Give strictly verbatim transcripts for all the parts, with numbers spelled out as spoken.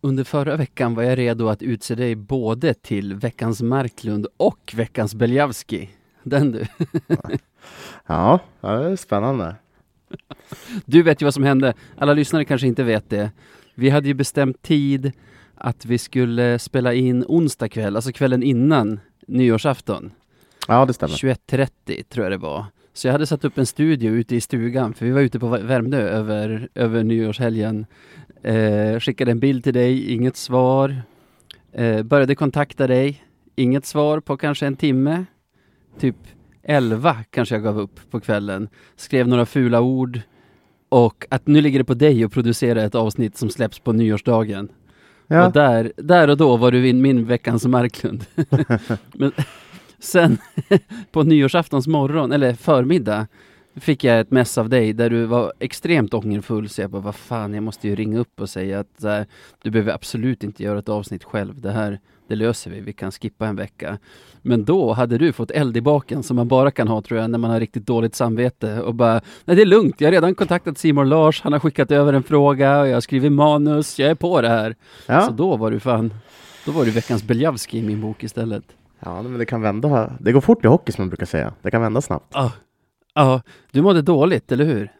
Under förra veckan var jag redo att utse dig både till veckans Marklund och veckans Beljavski. Den du. Ja, det är spännande. Du vet ju vad som hände. Alla lyssnare kanske inte vet det. Vi hade ju bestämt tid att vi skulle spela in onsdag kväll, alltså kvällen innan nyårsafton. Ja, det stämmer. tjugoett trettio tror jag det var. Så jag hade satt upp en studio ute i stugan, för vi var ute på Värmdö över, över nyårshelgen. Eh, skickade en bild till dig, inget svar. Eh, började kontakta dig, inget svar på kanske en timme. Typ elva kanske jag gav upp på kvällen. Skrev några fula ord. Och att nu ligger det på dig att producera ett avsnitt som släpps på nyårsdagen. Ja. Och där, där och då var du in min veckans Marklund. Men sen på nyårsaftons morgon, eller förmiddag, fick jag ett mess av dig där du var extremt ångerfull. Så jag bara, vad fan, jag måste ju ringa upp och säga att här, du behöver absolut inte göra ett avsnitt själv. Det här, det löser vi. Vi kan skippa en vecka. Men då hade du fått eld i baken som man bara kan ha, tror jag, när man har riktigt dåligt samvete. Och bara, nej det är lugnt. Jag har redan kontaktat Simon Lars. Han har skickat över en fråga och jag har skrivit manus. Jag är på det här. Ja. Så då var du fan, då var du veckans Beljavski i min bok istället. Ja, men det kan vända. Det går fort i hockey som man brukar säga. Det kan vända snabbt. Ja. Ja, du mådde dåligt, eller hur?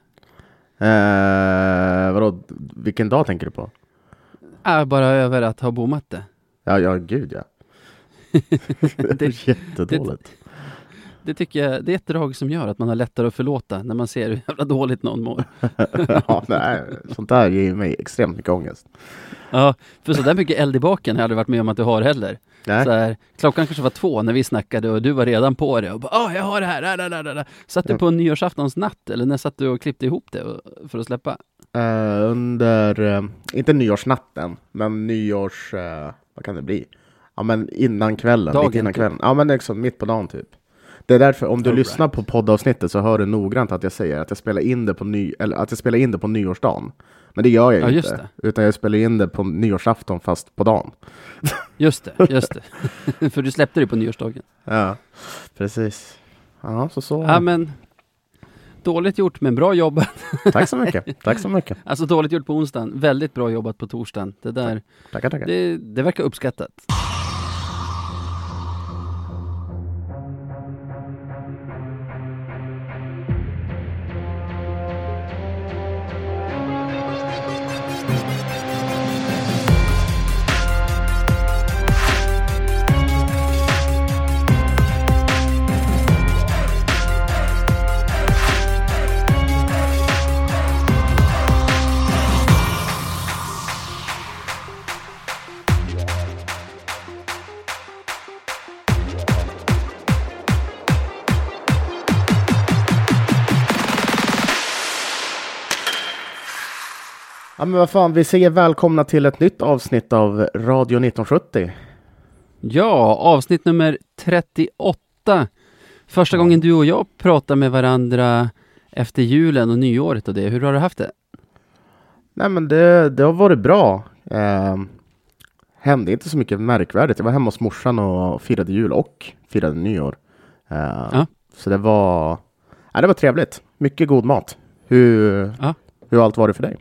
Eh, vadå, vilken dag tänker du på? Ja, bara över att ha bommat det. Ja, ja, gud ja. Det är jättedåligt. Det, det tycker jag, det är ett drag som gör att man har lättare att förlåta när man ser hur jävla dåligt någon mår. Ja, nej, sånt där ger mig extremt mycket ångest. Ja, för så där mycket eld i baken har jag aldrig varit med om att du har heller. Så här, klockan kanske var två när vi snackade och du var redan på det och bara, åh, jag har det här, där, där, där, där. Satt du på en nyårsaftons natt eller när satt du och klippte ihop det för att släppa? Uh, under, uh, inte nyårsnatten, men nyårs, uh, vad kan det bli? Ja, men innan kvällen, dagen, mitt innan kvällen. Ja, men liksom mitt på dagen typ. Det är därför, om du All lyssnar right. på poddavsnittet så hör du noggrant att jag säger att jag spelar in det på ny, eller att jag spelar in det på nyårsdagen. Men det gör jag ja, inte. Utan jag spelar in det på nyårsafton fast på dagen. Just det, just det. För du släppte det på nyårsdagen. Ja, precis. Ja, så så. Ja, men dåligt gjort, men bra jobbat. Tack så mycket. Tack så mycket. Alltså dåligt gjort på onsdagen. Väldigt bra jobbat på torsdagen. Det där, tackar, tackar. Det, det verkar uppskattat. Ja, men vad fan, vi säger välkomna till ett nytt avsnitt av Radio nitton sjuttio. Ja, avsnitt nummer trettioåtta. Första gången du och jag pratar med varandra efter julen och nyåret och det. Hur har du haft det? Nej, men det, det har varit bra. Eh, hände inte så mycket märkvärdigt. Jag var hemma hos morsan och firade jul och firade nyår. Eh, ja. Så det var, ja, det var trevligt. Mycket god mat. Hur, ja. hur har allt varit för dig?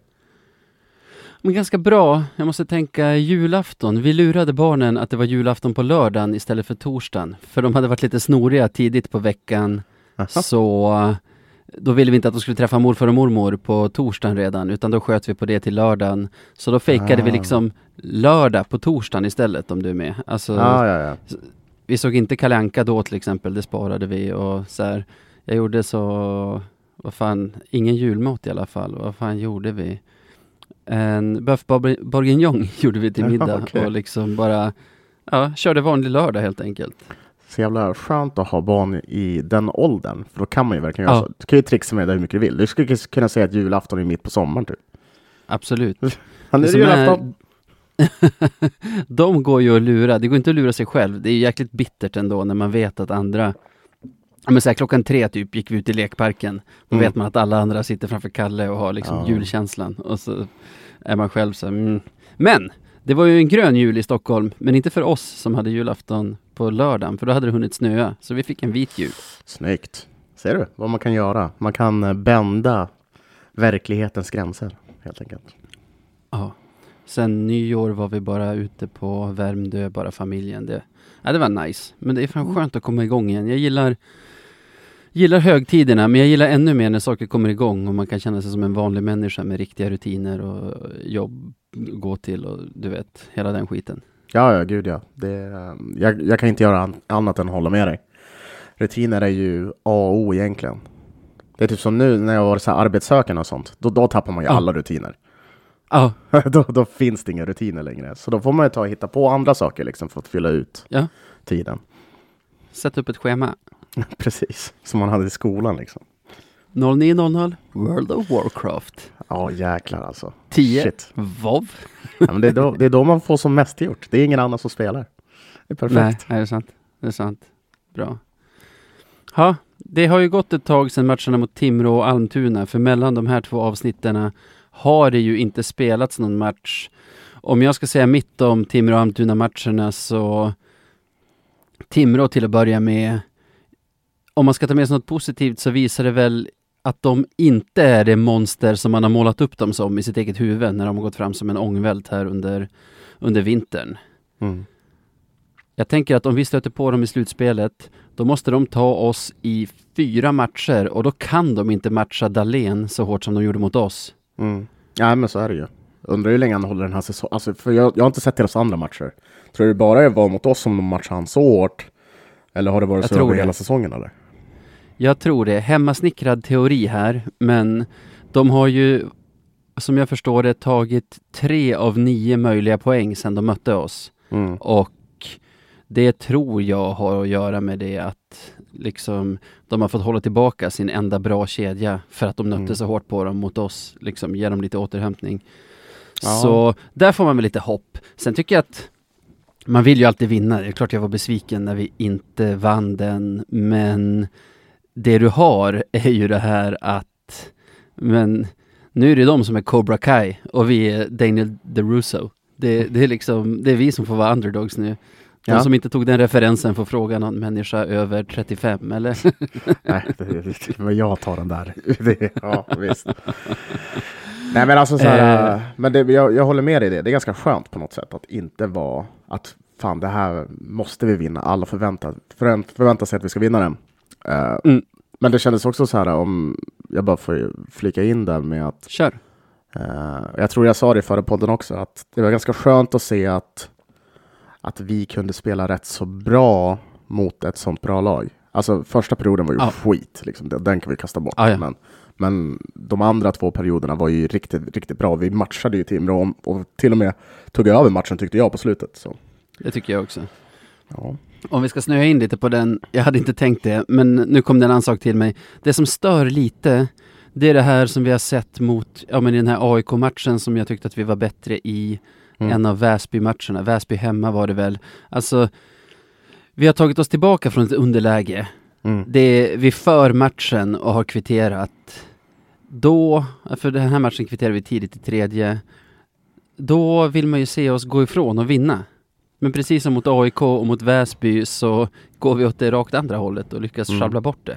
Men ganska bra. Jag måste tänka julafton. Vi lurade barnen att det var julafton på lördagen istället för torsdagen. För de hade varit lite snoriga tidigt på veckan. Aha. Så då ville vi inte att de skulle träffa morfar och mormor på torsdagen redan. Utan då sköt vi på det till lördagen. Så då fejkade ah. vi liksom lördag på torsdagen istället, om du är med. Alltså, ah, ja, ja. Vi såg inte Kalle Anka då till exempel. Det sparade vi. Och så här, jag gjorde så... Vad fan, ingen julmat i alla fall. Vad fan gjorde vi? En bœuf bourguignon gjorde vi till middag. Okay. Och liksom bara ja, körde vanlig lördag helt enkelt. Så jävla skönt att ha barn i den åldern. För då kan man ju verkligen ja. göra så. Du kan ju trixa med det hur mycket du vill. Du skulle kunna säga att julafton är mitt på sommaren typ. Absolut. Han är det julafton. Är... De går ju att lura. Det går inte att lura sig själv. Det är jäkligt bittert ändå när man vet att andra... Men så här, klockan tre typ gick vi ut i lekparken. Då mm. vet man att alla andra sitter framför Kalle och har liksom ja. julkänslan. Och så är man själv så mm. Men det var ju en grön jul i Stockholm. Men inte för oss som hade julafton på lördagen. För då hade det hunnit snöa. Så vi fick en vit jul. Snyggt. Ser du vad man kan göra? Man kan bända verklighetens gränser helt enkelt. Ja. Sen nyår var vi bara ute på Värmdö, bara familjen. Det, ja, det var nice. Men det är fan skönt att komma igång igen. Jag gillar, gillar högtiderna, men jag gillar ännu mer när saker kommer igång och man kan känna sig som en vanlig människa med riktiga rutiner och jobb gå till och du vet, hela den skiten. Ja, ja, gud ja. Det, jag, jag kan inte göra an, annat än hålla med dig. Rutiner är ju A och O egentligen. Det är typ som nu när jag var så här arbetssökande och sånt. Då, då tappar man ju ja. alla rutiner. Ja. då, då finns det inga rutiner längre. Så då får man ju ta och hitta på andra saker liksom för att fylla ut ja. tiden. Sätt upp ett schema. Precis, som man hade i skolan liksom. noll nio noll noll World of Warcraft. Ja, jäklar alltså. tio Shit. WoW. Ja, men det, är då, det är då man får som mest gjort. Det är ingen annan som spelar. Det är perfekt. Nej, det är sant. Det är sant. Bra. Ja, det har ju gått ett tag sedan matcherna mot Timrå och Almtuna. För mellan de här två avsnitterna har det ju inte spelats någon match. Om jag ska säga mitt om Timrå och Almtuna-matcherna så Timrå till att börja med. Om man ska ta med sig något positivt så visar det väl att de inte är det monster som man har målat upp dem som i sitt eget huvud när de har gått fram som en ångvält här under, under vintern. Mm. Jag tänker att om vi stöter på dem i slutspelet då måste de ta oss i fyra matcher och då kan de inte matcha Dahlén så hårt som de gjorde mot oss. Mm. Ja, men så är det ju. Undrar hur länge han håller den här säsongen. Alltså, för jag, jag har inte sett deras andra matcher. Tror du det bara var mot oss som de matchade han så hårt? Eller har det varit jag så över hela säsongen eller? Jag tror det. Hemmasnickrad teori här. Men de har ju, som jag förstår det, tagit tre av nio möjliga poäng sedan de mötte oss. Mm. Och det tror jag har att göra med det att liksom, de har fått hålla tillbaka sin enda bra kedja för att de nötte mm. så hårt på dem mot oss. Liksom, ge dem lite återhämtning. Ja. Så där får man väl lite hopp. Sen tycker jag att man vill ju alltid vinna. Det är klart jag var besviken när vi inte vann den. Men det du har är ju det här att men nu är det de som är Cobra Kai och vi är Daniel DeRusso. Det, det är liksom, det är vi som får vara underdogs nu. De ja. som inte tog den referensen får fråga någon människa över trettiofem, eller? Nej, det, men jag tar den där. Det, ja, visst. Nej, men alltså så här, eh. men det, jag, jag håller med dig i det. Det är ganska skönt på något sätt att inte vara att fan, det här måste vi vinna. Alla förväntar, förvänt, förväntar sig att vi ska vinna den. Uh, mm. Men det kändes också så här, om jag bara får flika in där med att Kör. Uh, jag tror jag sa det i förra podden också, att det var ganska skönt att se att att vi kunde spela rätt så bra mot ett sånt bra lag. Alltså första perioden var ju ja. skit, liksom. den, den kan vi kasta bort. Ja, ja. Men, men de andra två perioderna var ju riktigt, riktigt bra. Vi matchade ju Timrå och till och med tog över matchen tyckte jag på slutet. Så. Det tycker jag också. Ja. Om vi ska snöa in lite på den, jag hade inte tänkt det, men nu kom det en annan sak till mig. Det som stör lite, det är det här som vi har sett mot, ja men i den här A I K-matchen som jag tyckte att vi var bättre i. Mm. En av Väsby-matcherna. Väsby hemma var det väl. Alltså, vi har tagit oss tillbaka från ett underläge. Mm. Det, vi för matchen och har kvitterat. Då, för den här matchen kvitterade vi tidigt i tredje. Då vill man ju se oss gå ifrån och vinna. Men precis som mot A I K och mot Väsby så går vi åt det rakt andra hållet och lyckas mm. sjabbla bort det.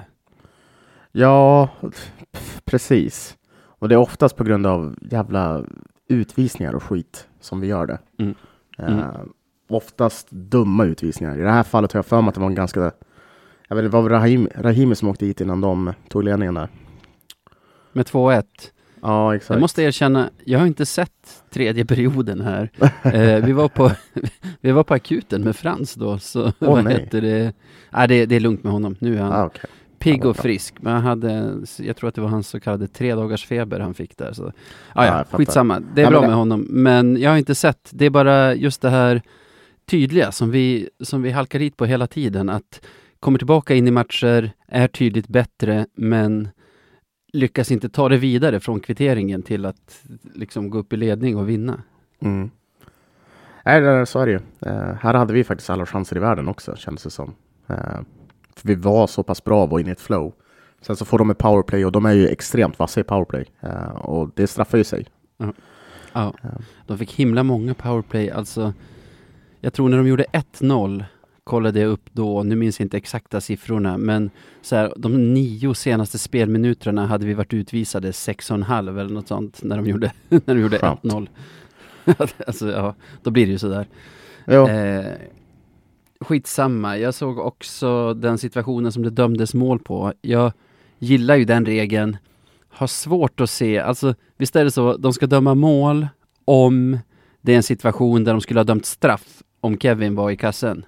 Ja, precis. Och det är oftast på grund av jävla utvisningar och skit som vi gör det. Mm. Mm. Uh, oftast dumma utvisningar. I det här fallet har jag för mig att det var en ganska... Jag vet inte, var det Rahim, Rahimi som åkte hit innan de tog ledningen där? Med två ett. Ja, exakt. Jag måste erkänna, jag har inte sett tredje perioden här. uh, vi, var på, vi var på akuten med Frans då. Så oh, vad nej. heter det? Nej, det, det är lugnt med honom. Nu är han... Ah, okay. Pigg och frisk, men han hade, jag tror att det var hans så kallade tre dagars feber han fick där. Så. Ah, ja, ja skitsamma. Det är ja, bra det... med honom. Men jag har inte sett, det är bara just det här tydliga som vi, som vi halkar hit på hela tiden. Att kommer tillbaka in i matcher, är tydligt bättre, men lyckas inte ta det vidare från kvitteringen till att liksom gå upp i ledning och vinna. Mm. Nej, så är det ju. Uh, här hade vi faktiskt alla chanser i världen också, känns det som. Uh, För vi var så pass bra och in i ett flow. Sen så får de ett powerplay och de är ju extremt vassa i powerplay. Uh, och det straffar ju sig. Ja. Ja. Uh. De fick himla många powerplay. Alltså, jag tror när de gjorde ett noll kollade jag upp då. Nu minns jag inte exakta siffrorna. Men så här, de nio senaste spelminuterna hade vi varit utvisade sex och en halv eller något sånt när de gjorde, när de gjorde ett noll. alltså, ja, då blir det ju sådär. Jo. Eh, skitsamma. Jag såg också den situationen som det dömdes mål på. Jag gillar ju den regeln. Har svårt att se, alltså visst är det så, de ska döma mål om det är en situation där de skulle ha dömt straff om Kevin var i kassen.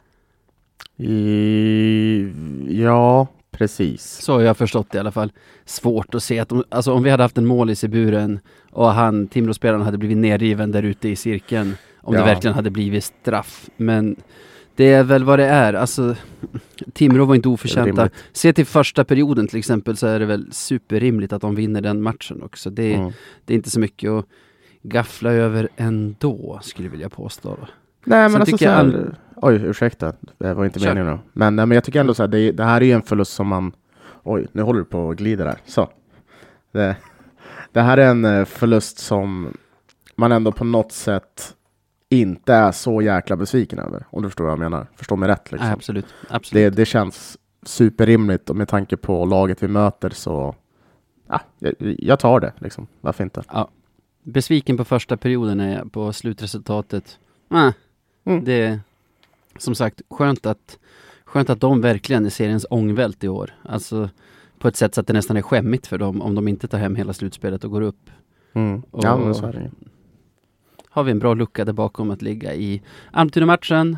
I, ja, precis. Så har jag förstått det i alla fall. Svårt att se att de, alltså om vi hade haft en målis i buren och han, Timrå-spelaren, hade blivit nerriven där ute i cirkeln, om Ja. det verkligen hade blivit straff. Men det är väl vad det är. Alltså, Timrå var inte oförtjänta. Rimligt. Se till första perioden till exempel, så är det väl superrimligt att de vinner den matchen också. Det, Mm. det är inte så mycket att gaffla över ändå, skulle jag vilja påstå. Nej, men Sen alltså tycker så jag här, all- oj, ursäkta, det var inte Kör. meningen då. Men, nej, men jag tycker ändå så här, det, det här är ju en förlust som man, oj, nu håller du på att glida där, så. Det, det här är en eh, förlust som man ändå på något sätt inte är så jäkla besviken över, om du förstår vad jag menar. Förstår mig rätt liksom. Nej, absolut. absolut. Det, det känns superrimligt, och med tanke på laget vi möter så, ja, jag, jag tar det liksom, varför inte? Ja. Besviken på första perioden är jag, på slutresultatet. Ah, Mm. Det är som sagt skönt att, skönt att de verkligen är seriens ångvält i år. Alltså på ett sätt så att det nästan är skämmigt för dem om de inte tar hem hela slutspelet och går upp. Mm. Och Ja, men så är det ju. har vi en bra lucka där bakom att ligga i Almtuna-matchen.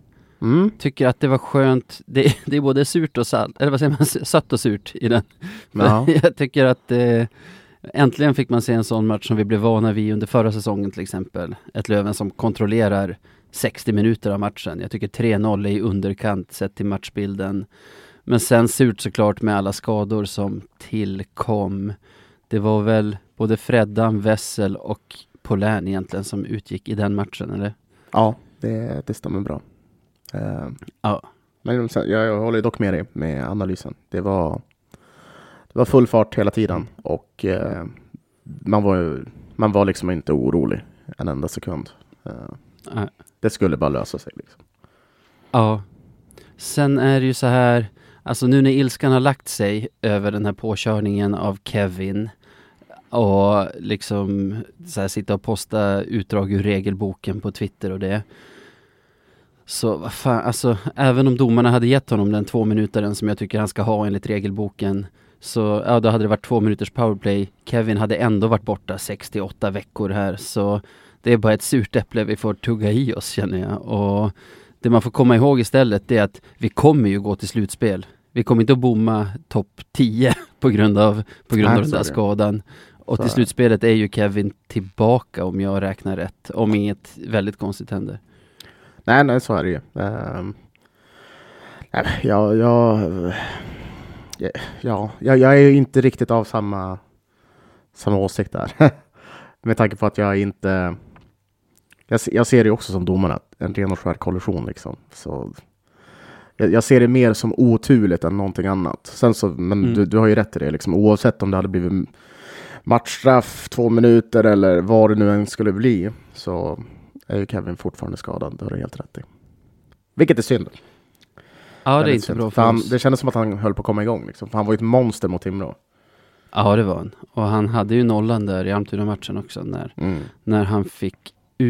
Mm. Tycker att det var skönt. Det, det är både surt och salt, eller vad säger man, sött och surt i den. Ja. Jag tycker att eh, äntligen fick man se en sån match som vi blev vana vid under förra säsongen till exempel. Ett Löven som kontrollerar sextio minuter av matchen. Jag tycker tre noll är i underkant sett till matchbilden. Men sen surt såklart med alla skador som tillkom. Det var väl både Freddan, Wessel och Polän egentligen som utgick i den matchen, eller? Ja, det, det stämmer bra. Uh, Ja. Men sen, jag, jag håller dock med dig med analysen. Det var, det var full fart hela tiden, och uh, man var ju, man var liksom inte orolig en enda sekund. Uh, Nej. det skulle bara lösa sig liksom. Ja. Sen är det ju så här, alltså nu när ilskan har lagt sig över den här påkörningen av Kevin och liksom så här sitta och posta utdrag ur regelboken på Twitter och det. Så vad fan, alltså även om domarna hade gett honom den två minutaren som jag tycker han ska ha enligt regelboken, så ja, då hade det varit två minuters powerplay. Kevin hade ändå varit borta sextioåtta veckor här, så det är bara ett surt äpple vi får tugga i oss, känner jag. Och det man får komma ihåg istället är att vi kommer ju gå till slutspel. Vi kommer inte att bomma topp tio på grund av, på grund Nej, av den där så är det. skadan. Och Så till är det. slutspelet är ju Kevin tillbaka, om jag räknar rätt. Om inget väldigt konstigt händer. Nej, nej, så är det ju. Um, ja, ja, ja, ja, jag är ju inte riktigt av samma, samma åsikt där. Med tanke på att jag inte... Jag, se- jag ser det också som domarna, en ren och skär kollision liksom. Så jag, jag ser det mer som oturligt än någonting annat. Sen så, men Mm. du, du har ju rätt i det liksom. Oavsett om det hade blivit matchstraff, två minuter eller vad det nu än skulle bli, så är ju Kevin fortfarande skadad. Det har du helt rätt i. Vilket är synd. Ja, det är Väldigt inte synd. bra För för han, oss. det kändes som att han höll på att komma igång liksom. För han var ju ett monster mot Timrå. Ja, det var han. Och han hade ju nollan där i Almtuna-matchen också när, Mm. när han fick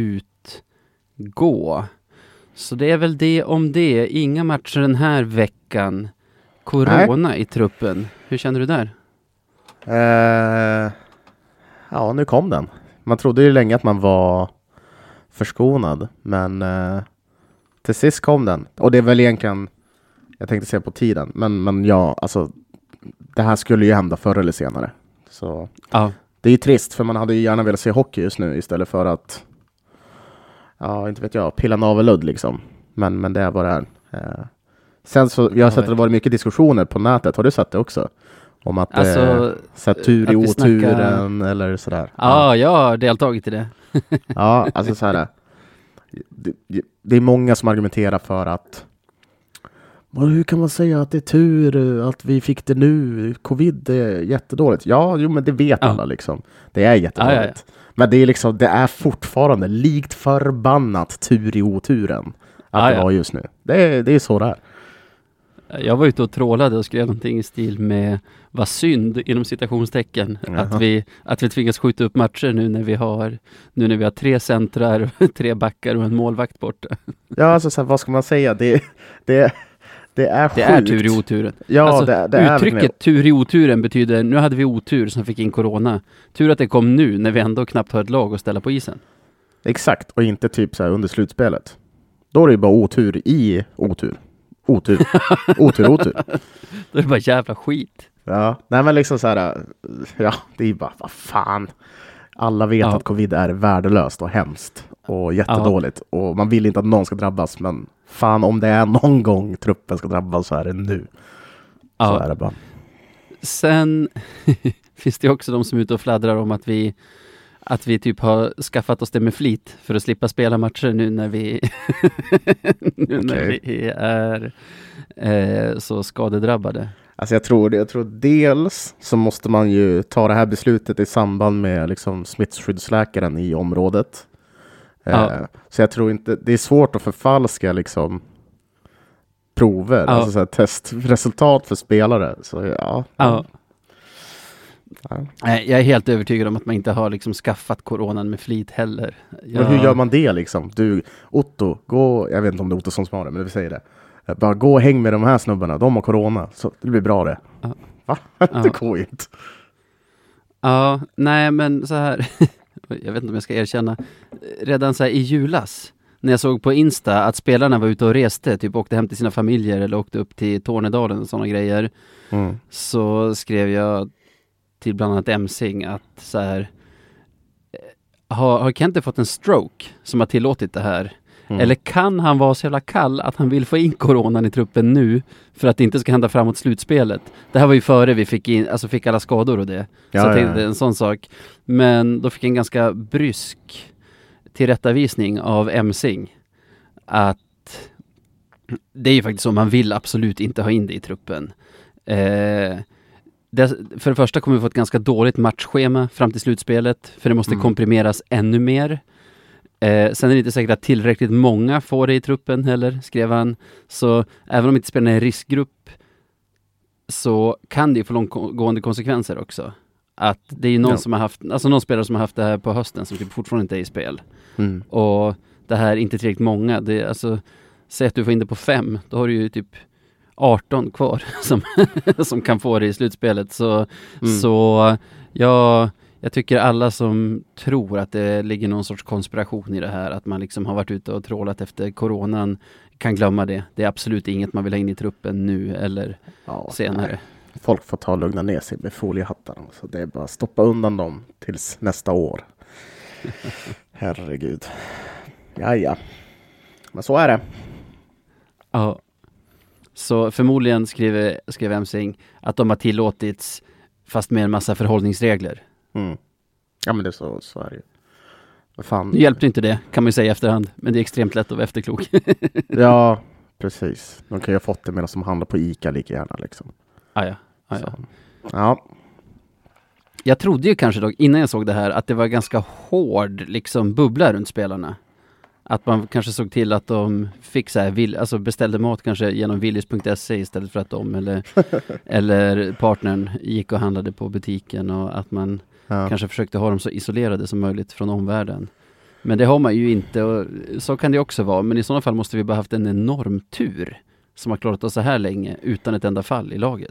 utgå. Så det är väl det om det. Inga matcher den här veckan. Corona i truppen. Hur känner du där? Eh, ja, nu kom den. Man trodde ju länge att man var förskonad, men eh, till sist kom den. Och det är väl egentligen, jag tänkte säga på tiden, men, men ja, alltså det här skulle ju hända förr eller senare. Så Ja. det är ju trist, för man hade ju gärna velat se hockey just nu istället för att, ja, inte vet jag, pilla navelludd liksom. Men, men det är vad det är. Eh, sen så, jag har sett att det varit mycket diskussioner på nätet, har du sett det också? Om att Alltså, eh, så här, tur i att vi snackar- oturen eller sådär. Ja, jag har deltagit i det. Ja, alltså så här. Det, det är många som argumenterar för att, "Men hur kan man säga att det är tur att vi fick det nu? Covid är jättedåligt." Ja, jo, men det vet Ja. alla liksom. Det är jättedåligt. Ja, ja, ja. Men det är liksom, det är fortfarande likt förbannat tur i oturen att Ja, det ja. var just nu. Det är, det är så det är. Jag var ute och trålade och skrev någonting i stil med vad synd inom citationstecken Jaha. att vi att vi tvingas skjuta upp matcher nu när vi har nu när vi har tre centrar, tre backar och en målvakt borta. Ja, alltså så här, vad ska man säga? Det det det är Det är sjukt. tur i oturen. Ja, alltså, det, det uttrycket är tur i oturen betyder nu hade vi otur som fick in corona. Tur att det kom nu när vi ändå knappt har ett lag att ställa på isen. Exakt, och inte typ så här under slutspelet. Då är det ju bara otur i otur. Otur. Otur, otur. Då är det bara jävla skit. Ja, nej men liksom så här, ja, det är bara, vad fan. Alla vet Ja. att covid är värdelöst och hemskt och jättedåligt. Ja. Och man vill inte att någon ska drabbas, men fan om det är någon gång truppen ska drabbas så är det nu. Ja. Så är det bara. Sen finns det också de som är ute och fladdrar om att vi att vi typ har skaffat oss det med flit för att slippa spela matcher nu när vi nu när Okej. vi är eh, så skadedrabbade. Alltså jag tror, jag tror dels så måste man ju ta det här beslutet i samband med liksom smittskyddsläkaren i området. Ja. Eh, så jag tror inte, det är svårt att förfalska liksom prover, Ja. alltså så här testresultat för spelare. Så ja. Ja. Ja. Nej, jag är helt övertygad om att man inte har liksom skaffat coronan med flit heller. Jag... Men hur gör man det liksom? Du, Otto, gå, jag vet inte om det är Otto som svarar, men vi säger det. Bara gå och häng med de här snubbarna, de har corona, så det blir bra det. Ja. Va? Ja. Det går ju inte. Ja, nej men så här, jag vet inte om jag ska erkänna, redan så här i julas, när jag såg på Insta att spelarna var ute och reste, typ åkte hem till sina familjer eller åkte upp till Tornedalen och sådana grejer, Mm. så skrev jag till bland annat Emsing att så här, har, har Kente fått en stroke som har tillåtit det här? Mm. Eller kan han vara så jävla kall att han vill få in coronan i truppen nu för att det inte ska hända framåt slutspelet? Det här var ju före vi fick in, alltså fick alla skador och det. Ja, så jag ja, tänkte ja. det är en sån sak. Men då fick jag en ganska brysk tillrättavisning av Emsing att det är ju faktiskt så, man vill absolut inte ha in det i truppen. Eh, det, för det första kommer vi få ett ganska dåligt matchschema fram till slutspelet, för det måste Mm. komprimeras ännu mer. Eh, sen är det inte säkert att tillräckligt många får det i truppen heller, skrev han. Så även om inte spelarna är en riskgrupp så kan det ju få långtgående konsekvenser också. Att det är ju någon Ja. som har haft, alltså någon spelare som har haft det här på hösten som typ fortfarande inte är i spel. Mm. Och det här är inte tillräckligt många. Det är, alltså, säg att du får in det på fem, då har du ju typ arton kvar som, som kan få det i slutspelet. Så, Mm. så ja, jag tycker alla som tror att det ligger någon sorts konspiration i det här, att man liksom har varit ute och trålat efter coronan, kan glömma det. Det är absolut inget man vill ha in i truppen nu eller Ja, senare. nej. Folk får ta och lugna ner sig med foliehattarna. Så det är bara att stoppa undan dem tills nästa år. Herregud. Jaja. Men så är det. Ja. Så förmodligen skriver, skrev Emsing att de har tillåtits fast med en massa förhållningsregler. Mm. Ja, men det är så, så är det ju. Vad fan. Nu hjälpte inte det, kan man ju säga i efterhand. Men det är extremt lätt att vara efterklok. Ja, precis. De kan ju ha fått det medan de handlar på Ica lika gärna liksom. ah, ja. Ah, ja. Så. Ja. Jag trodde ju kanske dock, innan jag såg det här, att det var ganska hård liksom bubbla runt spelarna. Att man kanske såg till att de fick så här, vill, alltså beställde mat kanske genom willys punkt se istället för att de eller, eller partnern gick och handlade på butiken, och att man Ja. kanske försökte ha dem så isolerade som möjligt från omvärlden. Men det har man ju inte, och så kan det också vara. Men i sådana fall måste vi bara haft en enorm tur som har klarat oss så här länge utan ett enda fall i laget.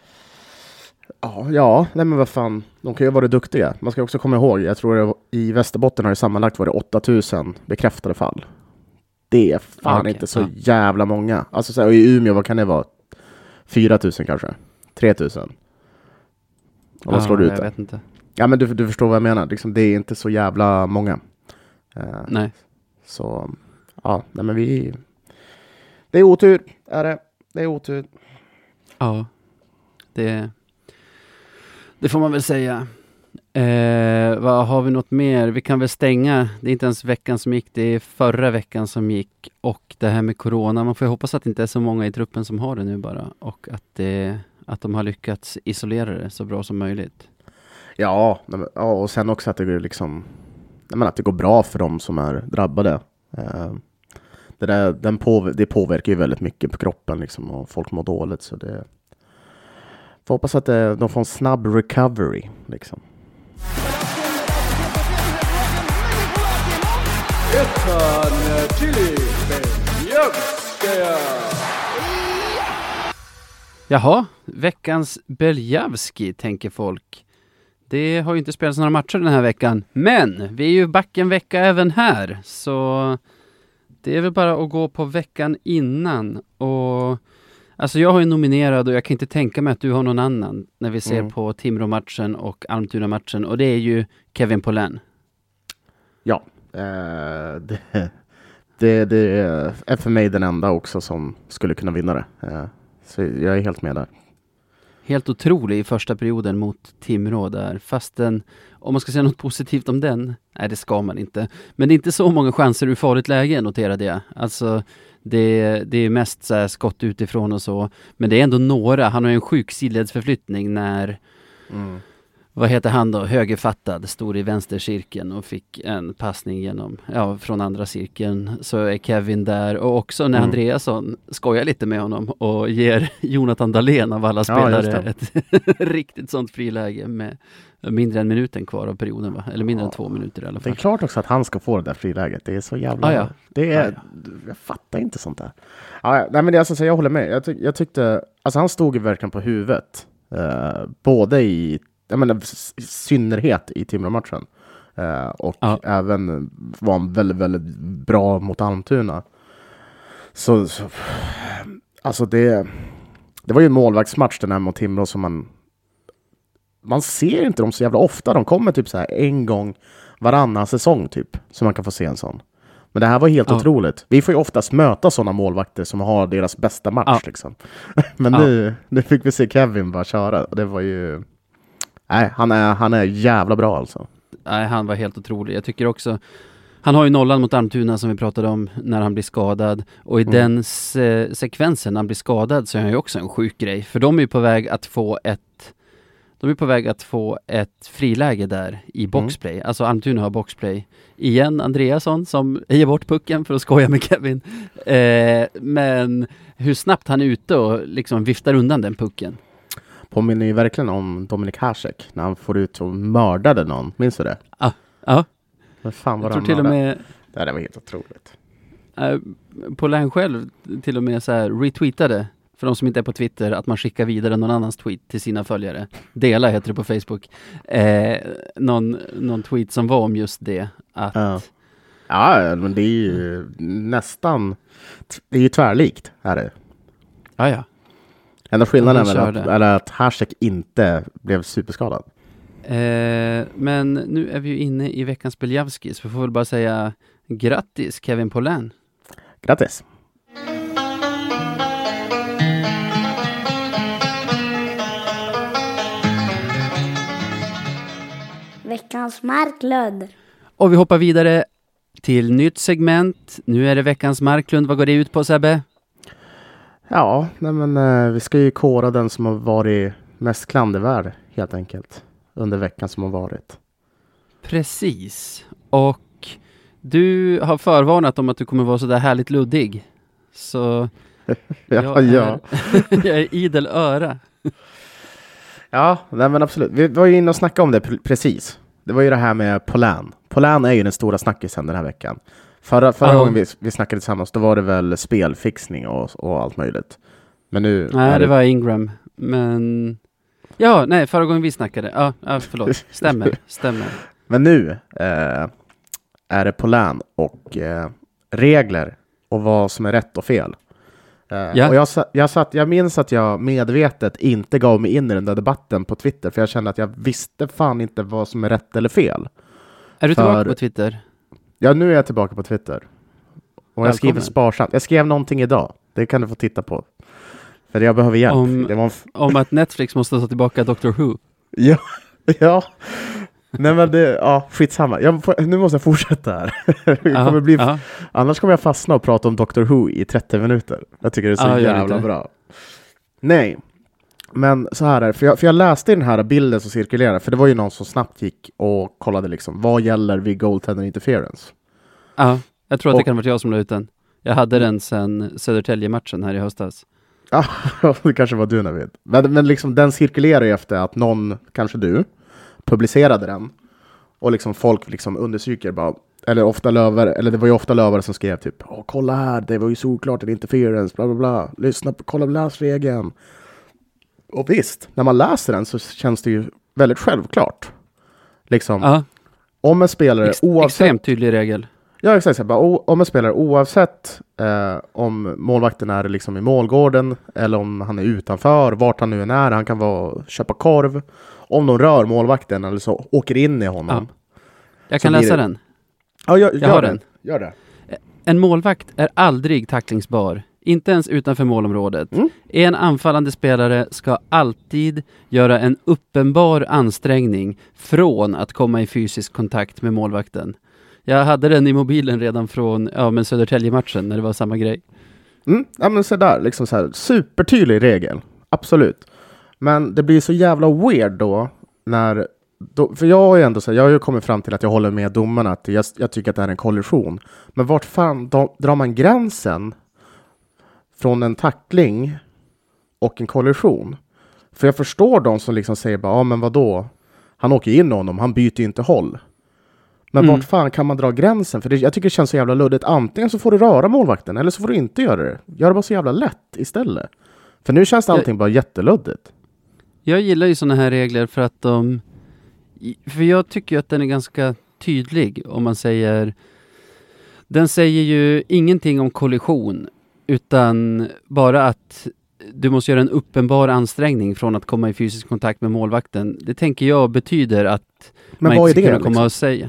Ja, ja, nej men vad fan. De kan ju vara duktiga. Man ska också komma ihåg, jag tror det var, i Västerbotten har det sammanlagt varit åtta tusen bekräftade fall. Det är fan Ah, okej. inte så Ja. jävla många. Alltså så här, och i Umeå, vad kan det vara? fyra tusen kanske? tre tusen? Om man slår ut jag det. vet inte. Ja, men du, du förstår vad jag menar. Liksom, det är inte så jävla många. Eh, Nej. Så, ja, nej men vi... Det är otur, är det. Det är otur. Ja, det, det får man väl säga. Eh, vad har vi något mer? Vi kan väl stänga. Det är inte ens veckan som gick, det är förra veckan som gick. Och det här med corona, man får ju hoppas att det inte är så många i truppen som har det nu bara. Och att, det, att de har lyckats isolera det så bra som möjligt. Ja, nej men- ja, och sen också att det går liksom... Nej, men att det går bra för dem som är drabbade. Eh, det, där, den på, det påverkar ju väldigt mycket på kroppen liksom, och folk mår dåligt. Så det, får hoppas att det, de får en snabb recovery. Liksom. Jaha, veckans Beljavski tänker folk. Det har ju inte spelats några matcher den här veckan. Men vi är ju back en vecka även här. Så det är väl bara att gå på veckan innan. Och alltså jag har ju nominerad och jag kan inte tänka mig att du har någon annan. När vi ser mm. på Timrå-matchen och Almtuna-matchen. Och det är ju Kevin Poulin. Ja, eh, det, det, det är för mig den enda också som skulle kunna vinna det. Eh, så jag är helt med där. Helt otrolig i första perioden mot Timrå där. Fastän, om man ska säga något positivt om den, nej det ska man inte. Men det är inte så många chanser ur farligt läge, noterade jag. Alltså, det, det är mest så här skott utifrån och så. Men det är ändå några. Han har en sjuk sidledsförflyttning när, mm. vad heter han då? Högerfattad, stod i vänstercirkeln och fick en passning genom, ja, från andra cirkeln. Så är Kevin där. Och också när mm. Andreasson skojar lite med honom och ger Jonathan Dahlén av alla spelare ja, ett riktigt sånt friläge med mindre än minuten kvar av perioden, va? Eller mindre ja. än två minuter i alla fall. Det är klart också att han ska få det där friläget. Det är så jävla... Ah, ja. Det är... Ah, ja. Jag fattar inte sånt där. Ah, ja. Nej, men det är alltså, jag håller med. Jag, tyck, jag tyckte... Alltså han stod ju verkligen på huvudet. Uh, både i... Jag menar, i synnerhet i Timrå-matchen. Uh, och ja. även var han väldigt, väldigt bra mot Almtuna. Så, så alltså det det var ju en målvaktsmatch den här mot Timrå som man man ser inte dem så jävla ofta. De kommer typ så här en gång varannan säsong typ, så man kan få se en sån. Men det här var helt ja. otroligt. Vi får ju oftast möta sådana målvakter som har deras bästa match ja. liksom. Men ja. nu, nu fick vi se Kevin bara köra. Det var ju... Nej, han är, han är jävla bra alltså. Nej, han var helt otrolig. Jag tycker också... Han har ju nollan mot Almtuna som vi pratade om när han blir skadad. Och i mm. den se- sekvensen när han blir skadad så är han ju också en sjuk grej. För de är ju på väg att få ett... De är på väg att få ett friläge där i boxplay. Mm. Alltså Almtuna har boxplay. Igen Andreasson som ger bort pucken för att skoja med Kevin. Eh, men hur snabbt han är ute och liksom viftar undan den pucken. Påminner ju verkligen om Dominik Hasek när han får ut och mördade någon. Minns du det? Ja. Ja. Men fan vad jag tror till och med... Det här var helt otroligt. Eh, Poulin själv till och med så här retweetade, för de som inte är på Twitter, att man skickar vidare någon annans tweet till sina följare. Dela heter det på Facebook. Eh, någon, någon tweet som var om just det. Att... Ja. ja, men det är ju nästan... Det är ju tvärlikt, är det. Ja, ja. Enda skillnaden är att, är att Hasek inte blev superskadad. Eh, men nu är vi ju inne i veckans Beljavski, så vi får väl bara säga grattis Kevin Poulin. Grattis. Veckans Marklund. Och vi hoppar vidare till nytt segment. Nu är det veckans Marklund. Vad går det ut på, Sebbe? Ja, nej men eh, vi ska ju kåra den som har varit mest klandervärd helt enkelt under veckan som har varit. Precis. Och du har förvarnat om att du kommer vara så där härligt luddig. Så ja, jag, är, ja. jag är idel öra. Ja, nej men absolut. Vi var ju inne och snackade om det p- precis. Det var ju det här med Poulin. Poulin är ju den stora snackisen den här veckan. Förra, förra uh-huh. gången vi, vi snackade tillsammans, då var det väl spelfixning och, och allt möjligt. Men nu... Nej, det, det var Ingram. Men... Ja, nej, förra gången vi snackade. Ja, ja förlåt. Stämmer, stämmer. Men nu eh, är det Poulin och eh, regler och vad som är rätt och fel. Eh, ja. Och jag, jag, satt, jag minns att jag medvetet inte gav mig in i den där debatten på Twitter, för jag kände att jag visste fan inte vad som är rätt eller fel. Är du för, tillbaka på Twitter? Ja, nu är jag tillbaka på Twitter. Och jag skriver sparsamt. Jag skrev någonting idag. Det kan du få titta på. För jag behöver hjälp. Om, det var en f- om att Netflix måste ta tillbaka Doctor Who. Ja, ja. Nej men det, ja, skitsamma. Jag, nu måste jag fortsätta här. Aha, kommer bli, aha. Annars kommer jag fastna och prata om Doctor Who i trettio minuter. Jag tycker det är så ah, jävla bra. Nej, men så här är det. För jag, för jag läste den här bilden som cirkulerar. För det var ju någon som snabbt gick och kollade liksom. Vad gäller vid goaltender interference? Ja, jag tror att och, det kan vara jag som la ut den. Jag hade den sen Södertälje-matchen här i höstas. Ja, det kanske var du, Navid. Men, men liksom den cirkulerar ju efter att någon, kanske du, publicerade den. Och liksom folk liksom understryker bara, eller ofta Löver, eller det var ju ofta Löver som skrev typ, åh kolla här, det var ju såklart en interference, bla bla bla, lyssna på, kolla läs regeln. Och visst, när man läser den så känns det ju väldigt självklart. Liksom, ja. om en spelare Ex- oavsett... Extremt tydlig regel. Ja, exakt. Bara, o- om en spelare oavsett eh, om målvakten är liksom i målgården eller om han är utanför, vart han nu än är, han kan vara köpa korv. Om de rör målvakten eller så åker in i honom. Ja. Jag kan läsa det... den. Ja, jag, jag har det. den. Gör det. En målvakt är aldrig tacklingsbar. Inte ens utanför målområdet. Mm. En anfallande spelare ska alltid göra en uppenbar ansträngning från att komma i fysisk kontakt med målvakten. Jag hade den i mobilen redan från ja, men Södertälje-matchen när det var samma grej. Mm. Ja, men så där, liksom så här, supertydlig regel. Absolut. Men det blir så jävla weird då när då, för jag har ju ändå så här, jag har ju kommit fram till att jag håller med domarna att jag, jag tycker att det är en kollision. Men vart fan då, drar man gränsen från en tackling och en kollision? För jag förstår de som liksom säger bara, ja men vadå? Han åker in honom, han byter ju inte håll. Men mm. vart fan kan man dra gränsen? För det, jag tycker det känns så jävla luddigt. Antingen så får du röra målvakten eller så får du inte göra det. Gör det bara så jävla lätt istället. För nu känns allting jag, bara jätteluddigt. Jag gillar ju såna här regler för att de... För jag tycker att den är ganska tydlig om man säger... Den säger ju ingenting om kollision utan bara att du måste göra en uppenbar ansträngning från att komma i fysisk kontakt med målvakten. Det tänker jag betyder att Men man vad inte är ska det, kunna komma liksom? och säga.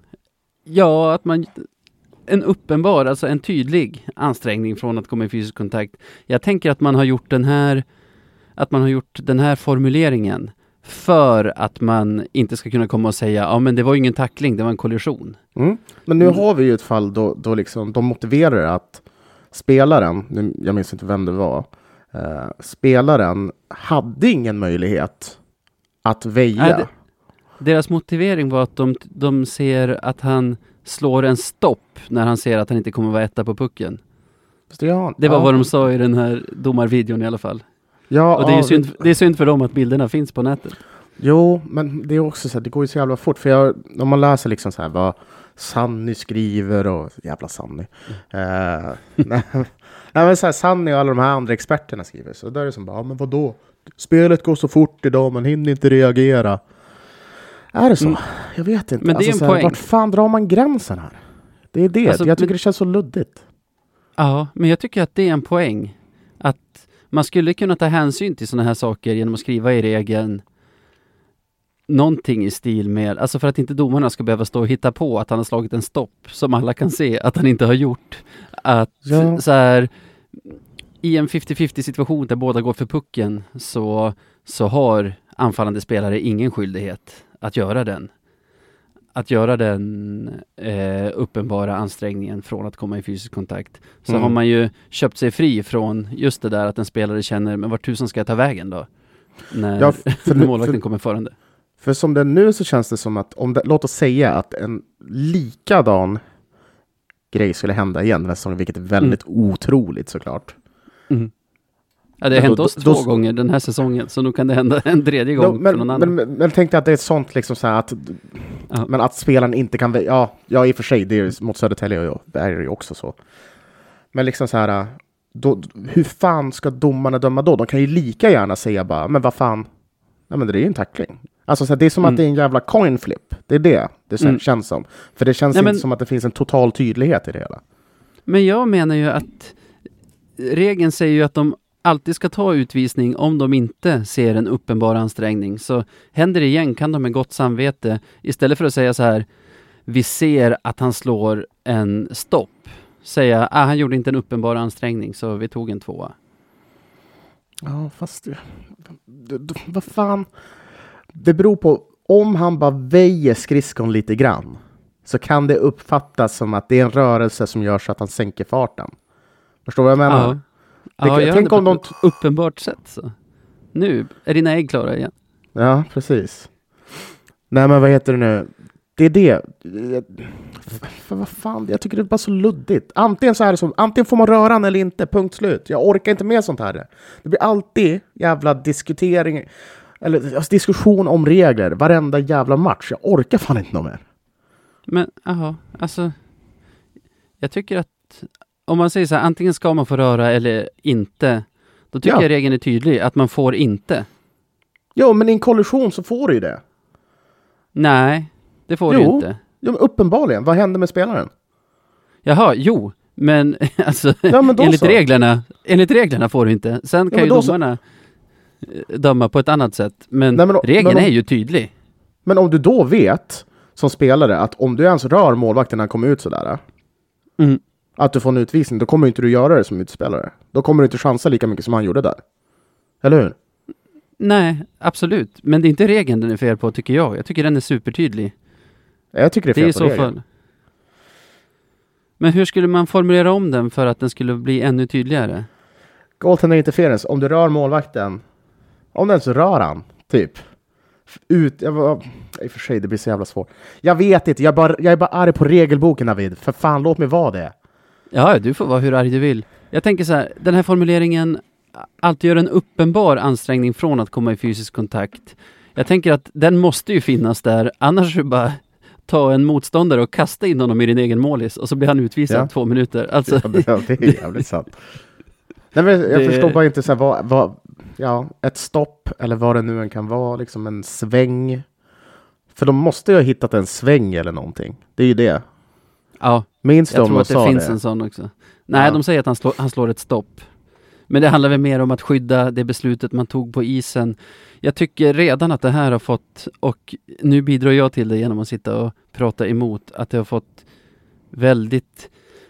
Ja, att man... En uppenbar, alltså en tydlig ansträngning från att komma i fysisk kontakt. Jag tänker att man har gjort den här att man har gjort den här formuleringen för att man inte ska kunna komma och säga ja men det var ju ingen tackling, det var en kollision. Mm. Men nu mm. har vi ju ett fall då, då liksom, de motiverar att spelaren, nu, jag minns inte vem det var, eh, spelaren hade ingen möjlighet att väja. Nej, det, deras motivering var att de, de ser att han slår en stopp när han ser att han inte kommer vara etta på pucken. Det, ja, det var ja. vad de sa i den här domarvideon i alla fall. Ja, och det är, ja, synd, det är synd för dem att bilderna finns på nätet. Jo, men det är också så här, det går ju så jävla fort. För jag, om man läser liksom så här vad Sanny skriver och jävla Sanny. Mm. Uh, nej, nej, men så här, Sanny och alla de här andra experterna skriver. Så där är det som bara, ja, men vadå? Spelet går så fort idag, man hinner inte reagera. Är det så? Mm. Jag vet inte. Men det är alltså, en så här, poäng. vart fan drar man gränsen här? Det är det. Alltså, jag tycker men, det känns så luddigt. Ja, men jag tycker att det är en poäng. Att man skulle kunna ta hänsyn till såna här saker genom att skriva i regeln någonting i stil med, alltså för att inte domarna ska behöva stå och hitta på att han har slagit en stopp som alla kan se att han inte har gjort. Att ja. så här, i en femtio-femtio situation där båda går för pucken så, så har anfallande spelare ingen skyldighet att göra den. Att göra den eh, uppenbara ansträngningen från att komma i fysisk kontakt. Så mm. har man ju köpt sig fri från just det där att en spelare känner, men vart tusen ska jag ta vägen då? När, ja, för, när målvakten för, kommer förande. För som det nu så känns det som att, om det, låt oss säga att en likadan grej skulle hända igen nästa säsong, vilket är väldigt mm. otroligt såklart. Mm. Ja, det har hänt oss då, två då, gånger den här säsongen, så nu kan det hända en tredje gång då, men, för någon men, annan. Men, men, men tänkte att det är sånt liksom så här att, uh-huh. men att spelaren inte kan, ja, ja i och för sig, det är mot Södertälje och det är ju också så. Men liksom så här, då, hur fan ska domarna döma då? De kan ju lika gärna säga bara, men vad fan, ja, men det är ju en tackling. Alltså så här, det är som mm. att det är en jävla coin flip. Det är det det mm. känns som. För det känns ja, inte men, som att det finns en total tydlighet i det hela. Men jag menar ju att regeln säger ju att de alltid ska ta utvisning om de inte ser en uppenbar ansträngning. Så händer det igen kan de med gott samvete, istället för att säga så här, vi ser att han slår en stopp, säga, ah, han gjorde inte en uppenbar ansträngning så vi tog en tvåa. Ja, fast det, det, det, vad fan, det beror på, om han bara väjer skridskon lite grann så kan det uppfattas som att det är en rörelse som gör så att han sänker farten. Förstår du vad jag menar? Ja. Det, ja, jag tänk om de t- uppenbart sätt så. Nu är dina ägg klara igen. Ja, precis. Nej, men vad heter det nu? Det är det. för vad fan, jag tycker det är bara så luddigt. Antingen så är det som, antingen får man röra han eller inte, punkt slut. Jag orkar inte med sånt här. Det blir alltid jävla diskutering, eller alltså, diskussion om regler varenda jävla match. Jag orkar fan inte något mer. Men, jaha, alltså jag tycker att om man säger så här, antingen ska man få röra eller inte, då tycker Ja. jag regeln är tydlig, att man får inte. Jo, men i en kollision så får du ju det. Nej, det får Jo. du inte. Jo, men uppenbarligen. Vad händer med spelaren? Jaha, jo, men alltså Ja, men då enligt så. reglerna, enligt reglerna får du inte. Sen kan men ju då så. domarna eh, döma på ett annat sätt, men, Nej, men då- regeln men om- är ju tydlig. Men om du då vet som spelare att om du ens rör målvakten när han kommer ut sådär, Mm. att du får en utvisning, då kommer inte du göra det som utspelare. Då kommer du inte chansa lika mycket som han gjorde där. Eller hur? Nej, absolut. Men det är inte regeln den är fel på, tycker jag. Jag tycker den är supertydlig. Jag tycker det är Det är fel i på så regeln. fall. Men hur skulle man formulera om den för att den skulle bli ännu tydligare? Goaltender interference, om du rör målvakten, om den så rör han, typ. Ut, jag var, i och för sig, det blir så jävla svårt. Jag vet inte, jag, bara, jag är bara arg på regelboken, David. För fan, låt mig vara det. Ja, du får vara hur arg du vill. Jag tänker så här, den här formuleringen alltid gör en uppenbar ansträngning från att komma i fysisk kontakt. Jag tänker att den måste ju finnas där, annars är det bara ta en motståndare och kasta in honom i din egen målis och så blir han utvisad Ja. två minuter. Alltså, Ja, det, ja, det är jävligt sant. Nej, men jag Det- förstår bara inte så här, vad, vad, ja, ett stopp eller vad det nu än kan vara, liksom en sväng. För de måste ju ha hittat en sväng eller någonting. Det är ju det. ja, Minns du jag om tror de att det sa finns det? en sån också. Nej, Ja. de säger att han slår, han slår ett stopp. Men det handlar väl mer om att skydda det beslutet man tog på isen. Jag tycker redan att det här har fått, och nu bidrar jag till det genom att sitta och prata emot, att det har fått väldigt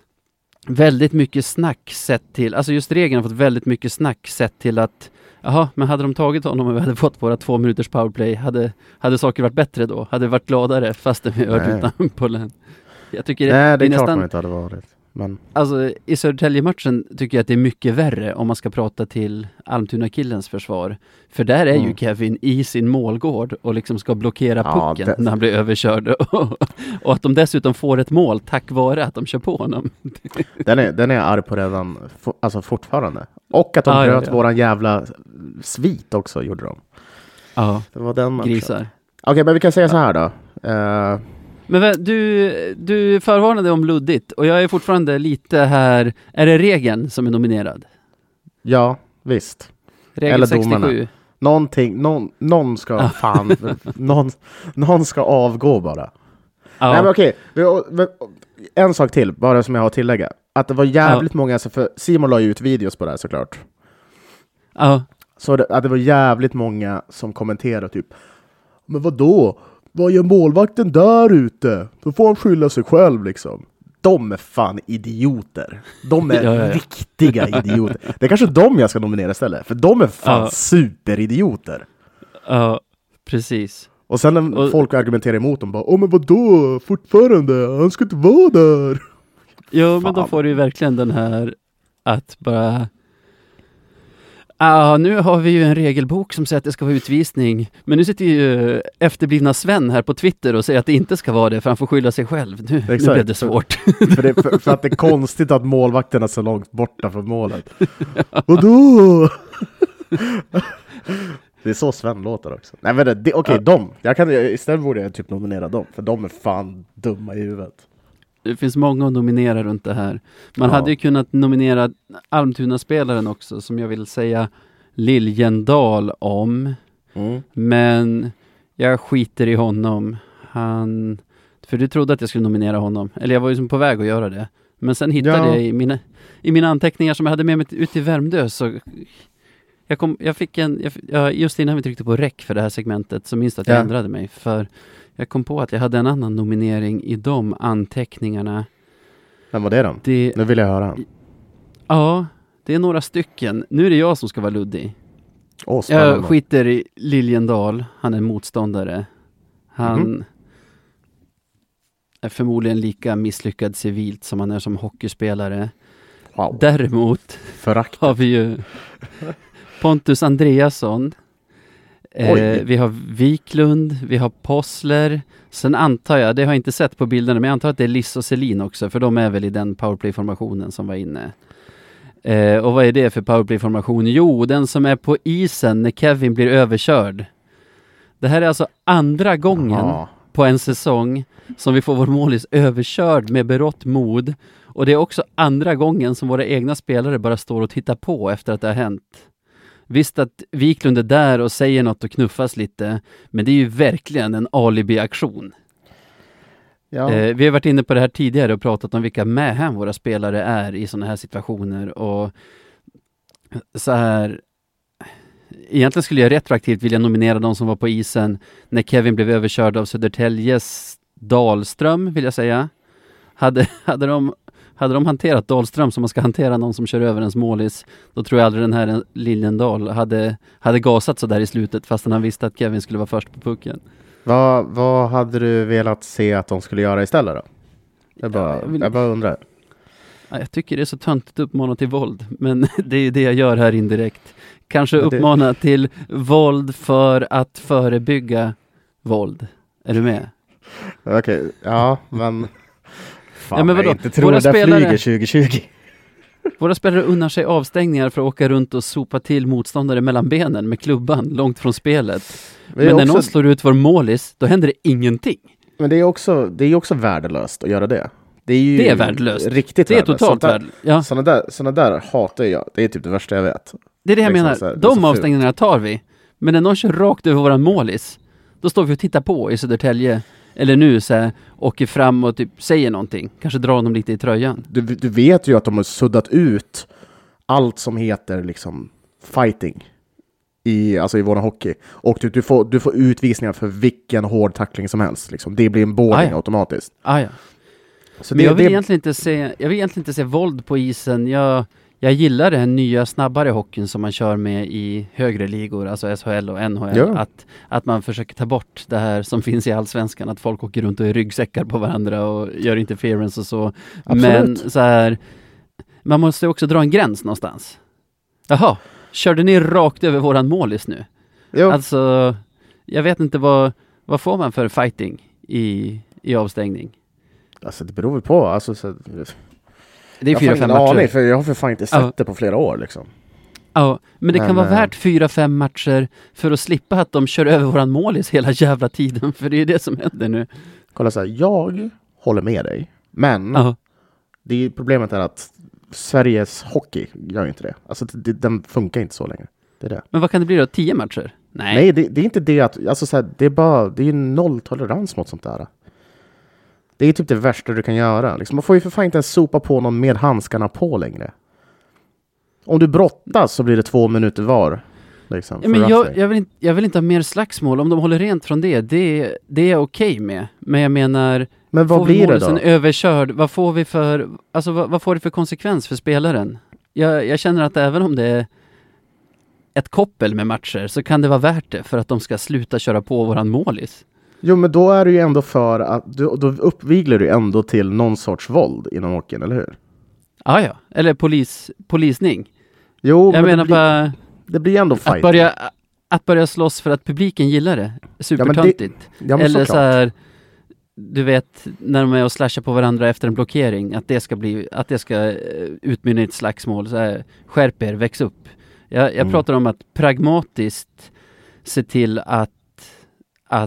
väldigt mycket snack sett till, alltså just regeln har fått väldigt mycket snack sett till att jaha, men hade de tagit honom och vi hade fått våra två minuters powerplay, hade, hade saker varit bättre då? Hade vi varit gladare fast vi hört Nej. utan pullen? Jag tycker Nej, det är är klart nästan, man inte hade varit. Men alltså i Södertälje-matchen tycker jag att det är mycket värre om man ska prata till Almtuna-killens försvar. För där är Mm. ju Kevin i sin målgård och liksom ska blockera Ja, pucken det- när han blir överkörd. Och att de dessutom får ett mål tack vare att de kör på honom. den är, den är jag arg på redan, for, alltså fortfarande. Och att de Ja, ja, bröt ja. våran jävla svit också, gjorde de. Ja, Det var den matchen. grisar. Okej, men vi kan säga så här då. Eh, Men vä- du, du förvarnade om luddigt och jag är fortfarande lite här, är det regeln som är nominerad? ja, visst. Regel Eller domarna. sextiosju. Någonting, någon, någon ska fan, någon, någon ska avgå bara. Ja. Nej men okej, vi- men, en sak till, bara som jag har att tillägga. Att det var jävligt många, alltså för Simon la ju ut videos på det här såklart. Ja. Så det, att det var jävligt många som kommenterade typ, men vad då? Vad gör målvakten där ute? Då får han skylla sig själv liksom. De är fan idioter. De är Ja, ja, ja. riktiga idioter. Det är kanske de jag ska nominera istället, för de är fan Ja. superidioter. Ja, precis. Och sen när Och- folk argumenterar emot dem, bara, åh men vadå? Fortfarande? Han ska inte vara där. Jo, men då Fan. får du ju verkligen den här att bara ja, nu har vi ju en regelbok som säger att det ska vara utvisning. Men nu sitter ju efterblivna Sven här på Twitter och säger att det inte ska vara det för han får skylla sig själv. Nu, nu Exakt. blev det svårt. För, det, för, för att det är konstigt att målvakten är så långt borta från målet. Vadå? Det är så Sven låter också. Nej men det, det, okej, de. Jag kan, istället borde jag typ nominera dem. För de är fan dumma i huvudet. Det finns många att nominera runt det här. Man Ja. hade ju kunnat nominera Almtuna-spelaren också, som jag vill säga Liljendal om. Mm. Men jag skiter i honom. Han... För du trodde att jag skulle nominera honom. Eller jag var ju som på väg att göra det. Men sen hittade Ja. jag i mina, i mina anteckningar som jag hade med mig ut till Värmdö så... Jag, kom, jag fick en... Jag, ja, just innan vi tryckte på rec för det här segmentet så minns jag att jag Ja. ändrade mig. För jag kom på att jag hade en annan nominering i de anteckningarna. Men vad är det? Det, Nu vill jag höra. ja, det är några stycken. Nu är det jag som ska vara luddig. Åh, spännande. Jag skiter i Liljendal. Han är motståndare. Han Mhm. är förmodligen lika misslyckad civilt som han är som hockeyspelare. Wow. Däremot Förakt. har vi ju Pontus Andreasson. Eh, vi har Wiklund, vi har Possler. Sen antar jag, det har jag inte sett på bilderna, men jag antar att det är Liss och Selin också, för de är väl i den powerplay-formationen som var inne. Eh, och vad är det för powerplay-formation? Jo, den som är på isen när Kevin blir överkörd. Det här är alltså andra gången Aha. på en säsong som vi får vår målis överkörd med berått mod. Och det är också andra gången som våra egna spelare bara står och tittar på efter att det har hänt. Visst att Wiklund är där och säger något och knuffas lite, men det är ju verkligen en alibi-aktion. Ja. Eh, vi har varit inne på det här tidigare och pratat om vilka mähän våra spelare är i sådana här situationer. Och så här, egentligen skulle jag retroaktivt vilja nominera de som var på isen när Kevin blev överkörd av Södertäljes Dahlström, vill jag säga. Hade, hade, de, hade de hanterat Dahlström som man ska hantera någon som kör över ens målis, då tror jag aldrig den här Liljendal hade, hade gasat så där i slutet, fastän han visste att Kevin skulle vara först på pucken. Vad, vad hade du velat se att de skulle göra istället då? Jag bara, ja, jag vill... jag bara undrar. Ja, jag tycker det är så töntigt att uppmana till våld, men det är det jag gör här indirekt. Kanske uppmana det... till våld för att förebygga våld. Är du med? Okej, okay. Ja, men... Fan, ja, men vadå? Jag inte tror våra det spelare... flyger tjugo tjugo. Våra spelare unnar sig avstängningar för att åka runt och sopa till motståndare mellan benen med klubban långt från spelet. Men, men när också... någon slår ut vår målis, då händer det ingenting. Men det är också, det är också värdelöst att göra det. Det är ju det är värdelöst. Riktigt det är värdelöst. totalt värdelöst. Ja. Sådana där, såna där hatar jag. Det är typ det värsta jag vet. Det är det jag liksom menar. Här, de avstängningarna tar vi. Men när någon kör rakt över våran målis, då står vi och tittar på i Södertälje. Eller nu så här, åker fram och typ säger någonting. Kanske drar dem lite i tröjan. Du, du vet ju att de har suddat ut allt som heter liksom fighting i, alltså i vår hockey. Och du, du, får, du får utvisningar för vilken hård tackling som helst. Liksom. Det blir en boarding ah, automatiskt. Ah, ja. Så Men det, jag, vill det... egentligen inte se, jag vill egentligen inte se våld på isen. Jag, jag gillar den nya snabbare hockeyn som man kör med i högre ligor, alltså S H L och N H L. Ja. Att, att man försöker ta bort det här som finns i allsvenskan, att folk åker runt och är ryggsäckar på varandra och gör interference och så. Absolut. Men så här, man måste också dra en gräns någonstans. Jaha, körde ni rakt över våran målis nu? Jo. Alltså, jag vet inte vad, vad får man för fighting i, i avstängning? Alltså det beror väl på. Alltså, så, det är fyra, fem matcher. Aning, för jag har för fan inte sett ja. det på flera år liksom. Ja, men det men, kan vara värt fyra, fem matcher för att slippa att de kör över våran målis hela jävla tiden. För det är det som händer nu. Kolla så här, jag håller med dig. Men ja. det är, problemet är att Sveriges hockey gör inte det. Alltså det, den funkar inte så länge. Det är det. Men vad kan det bli då? Tio matcher? Nej, Nej det, det är inte det att, alltså så här, det är bara, det är noll tolerans mot sånt där. Det är typ det värsta du kan göra. Liksom, man får ju för fan inte ens sopa på någon med handskarna på längre. Om du brottas så blir det två minuter var. Liksom, ja, men jag, jag, vill inte, jag vill inte ha mer slagsmål. Om de håller rent från det, det, det är okej okay med. Men jag menar, men vad blir det då? Överkörd, vad får vi för, alltså, vad, vad får det för konsekvens för spelaren? Jag, jag känner att även om det är ett koppel med matcher så kan det vara värt det för att de ska sluta köra på våran målis. Jo, men då är det ju ändå för att du, då uppviglar du ändå till någon sorts våld inom hockeyn, eller hur? Ah, ja, eller polis, polisning. Jo, jag men menar det blir, bara det blir ändå fighting. Att börja, att börja slåss för att publiken gillar det. Supertöntigt. Ja, ja, eller så, så här, du vet, när de är och slashar på varandra efter en blockering, att det ska bli, att det ska utmynna i ett slagsmål. Så här, skärp er, väx upp. Jag, jag mm. pratar om att pragmatiskt se till att, att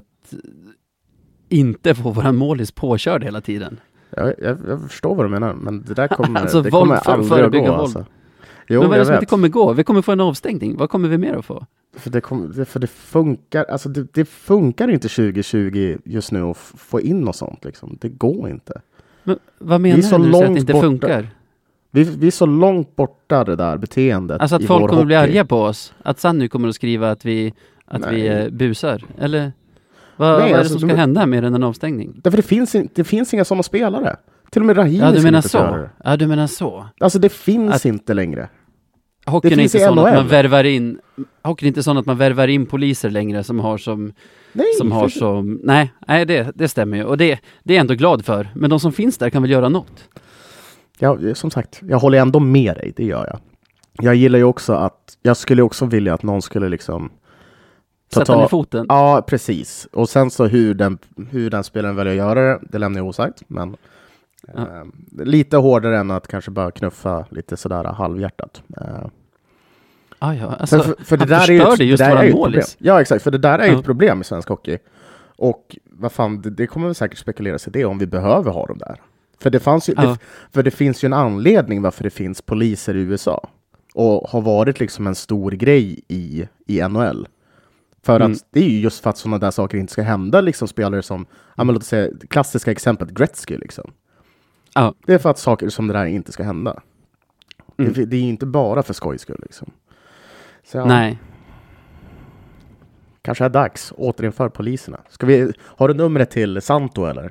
inte få våran målis påkörd hela tiden. Jag, jag, jag förstår vad du menar, men det där kommer, alltså, det våld kommer för, aldrig att gå. Alltså. Jo, men vad är det som vet. inte kommer gå? Vi kommer få en avstängning. Vad kommer vi mer att få? För det, kom, för det funkar, alltså det, det funkar inte tjugo tjugo just nu att f- få in något sånt. Liksom. Det går inte. Men vad menar du när du säger att det inte borta. funkar? Vi, vi är så långt borta det där beteendet. Alltså att i folk vår kommer hockey. bli arga på oss? Att Sanny kommer att skriva att vi, att vi eh, busar? Eller vad, Nej, vad är det alltså, som ska de, hända mer än en avstängning? Därför det finns, det finns inga sådana spelare. Till och med Rahimi. Ja, du menar så. Ja, du menar så. Alltså det finns att, inte längre. Hockeyn är inte sån att man värvar in hockeyn är inte sån att man värvar in poliser längre som har som nej, som har som nej, nej det, det stämmer ju. Och det, det är jag ändå glad för. Men de som finns där kan väl göra något? Ja, som sagt, jag håller ändå med dig, det gör jag. Jag gillar ju också att, jag skulle också vilja att någon skulle liksom Sätta ta, ner foten? Ja, precis. Och sen så hur den, hur den spelaren väljer att göra det, det lämnar jag osagt. Men ja. eh, lite hårdare än att kanske bara knuffa lite sådär halvhjärtat. Eh. Ah, ja. Alltså, för, för det han där förstörde är ju, just det där våra är målis. Ja, exakt. För det där är ju ja. ett problem i svensk hockey. Och vad fan, det, det kommer väl säkert spekuleras i det om vi behöver ha dem där. För det, fanns ju, ja. det, för det finns ju en anledning varför det finns poliser i U S A. Och har varit liksom en stor grej i, i N H L. För mm. att det är ju just för att sådana där saker inte ska hända. Liksom spelare som, ja, men låt oss säga, klassiska exemplet Gretzky liksom. Ja. Det är för att saker som det där inte ska hända. Mm. Det, det är ju inte bara för skojs skull liksom. Så, ja. Nej. Kanske är dags. Återinför poliserna. Ska vi, har du numret till Santo eller?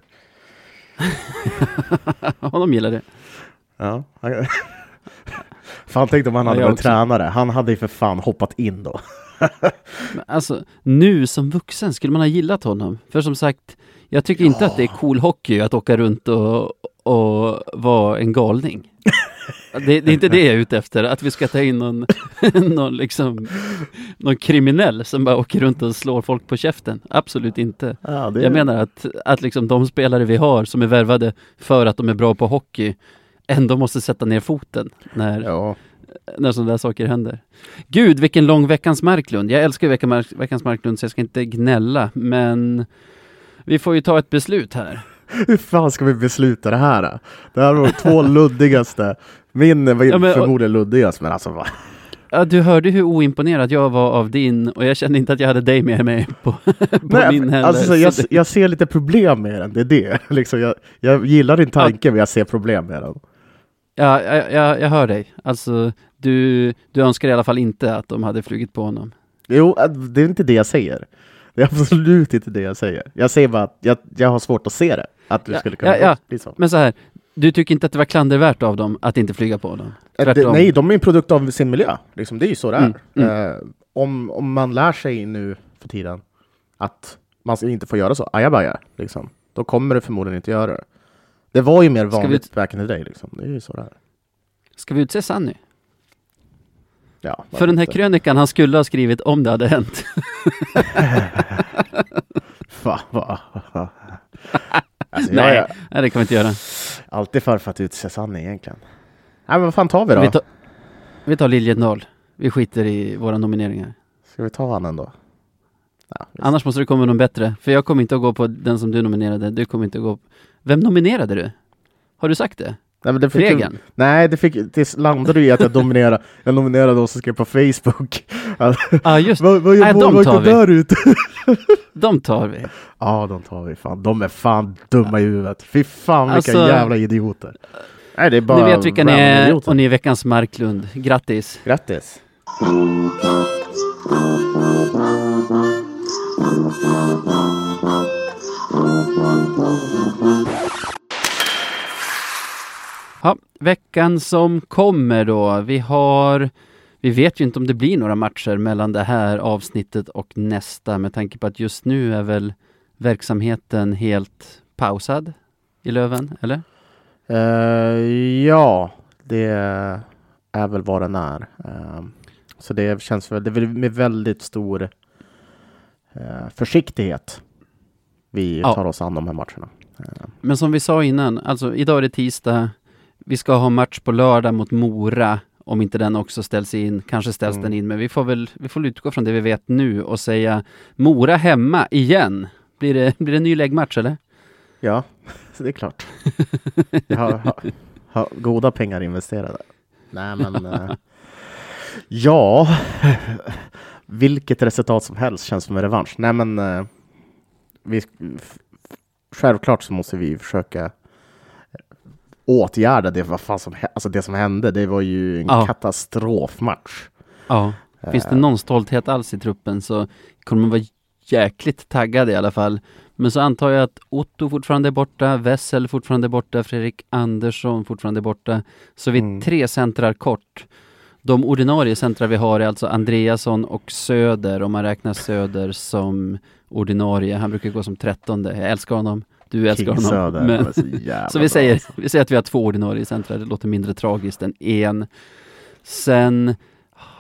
Ja, de gillar det. Ja. Fan, tänkte om han hade ja, varit tränare. Han hade ju för fan hoppat in då. Men alltså, nu som vuxen skulle man ha gillat honom. För som sagt, jag tycker inte ja. att det är cool hockey att åka runt och, och vara en galning. Det, det är inte det jag är ute efter. Att vi ska ta in någon, någon, liksom, någon kriminell som bara åker runt och slår folk på käften. Absolut inte. Ja, det är... Jag menar att, att liksom de spelare vi har som är värvade för att de är bra på hockey ändå måste sätta ner foten när, ja. när sådana där saker händer. Gud, vilken lång Veckans Marklund. Jag älskar veckan, Veckans Marklund så jag ska inte gnälla. Men vi får ju ta ett beslut här. Hur fan ska vi besluta det här? Det här var två luddigaste. Min var ja, men, förmodligen luddigast, men alltså va? Ja, du hörde hur oimponerad jag var av din och jag kände inte att jag hade dig med mig på, på Nej, min heller. Alltså, jag, jag ser lite problem med den, det är det. Liksom, jag, jag gillar din tanke, ja. men jag ser problem med den. Ja, jag, jag, jag hör dig. Alltså, du, du önskar i alla fall inte att de hade flugit på honom. Jo, det är inte det jag säger. Det är absolut inte det jag säger. Jag säger bara att jag, jag har svårt att se det. Att du ja, skulle kunna ja, ja. bli så. Men så här, du tycker inte att det var klandervärt av dem att inte flyga på dem? Det, nej, de är en produkt av sin miljö. Liksom, det är ju så det är. Mm, mm. Eh, om, om man lär sig nu för tiden att man ska inte få göra så, ajabaja, liksom, då kommer det förmodligen inte göra det. Det var ju mer vanligt ut... back in the day. Liksom. Det är ju så det är. Ska vi utse Sanny? Ja, för den här inte. krönikan han skulle ha skrivit om det hade hänt. Fan, va? Alltså, nej, jag, nej, det kan vi inte göra. Alltid för, för att utse Sanny egentligen. Nej, men vad fan tar vi då? Vi tar, vi tar Liljedahl. Vi skiter i våra nomineringar. Ska vi ta han ändå? Ja, annars måste det komma någon bättre. För jag kommer inte att gå på den som du nominerade. Du kommer inte att gå på... Vem nominerade du? Har du sagt det? Nej, men det fick ju, nej, det, fick, det landade ju i att jag nominerade jag nominerade oss som skrev på Facebook. Ja, ah, just vad, vad nej, de tar vi. Där ute? De tar vi. Ja, de tar vi. Fan. De är fan dumma i huvudet. Fy fan, vilka alltså, jävla idioter. Nej, det är bara ni vet vilka ni är idioter. Och ni är Veckans Marklund. Grattis. Grattis. Ja, veckan som kommer då. Vi har, vi vet ju inte om det blir några matcher mellan det här avsnittet och nästa med tanke på att just nu är väl verksamheten helt pausad i Löven, eller? Uh, ja, det är väl vad den är. Uh, så det känns väl, det är väl med väldigt stor uh, försiktighet vi tar ja. oss an de här matcherna. Uh. Men som vi sa innan, alltså idag är det tisdag. Vi ska ha match på lördag mot Mora, om inte den också ställs in. Kanske ställs mm. den in, men vi får väl vi får utgå från det vi vet nu och säga Mora hemma igen. Blir det, blir det en ny läggmatch, eller? Ja, så det är klart. Jag har, har, har goda pengar investerade. Nej, men... uh, ja, vilket resultat som helst känns som en revansch. Nej, men... Uh, vi, f- självklart så måste vi försöka åtgärda det, vad fan som, alltså det som hände. Det var ju en ja. katastrofmatch. Ja, finns det någon stolthet alls i truppen så kommer man vara jäkligt taggad i alla fall. Men så antar jag att Otto fortfarande är borta, Wessel fortfarande är borta, Fredrik Andersson fortfarande är borta. Så vi mm. tre centrar kort. De ordinarie centrar vi har är alltså Andreasson och Söder, om man räknar Söder som ordinarie. Han brukar gå som trettonde. Jag älskar honom. Du älskar King honom. Söder, men, så, så vi säger, alltså. vi säger att vi har två ordinarie centrar. Det låter mindre tragiskt än en. Sen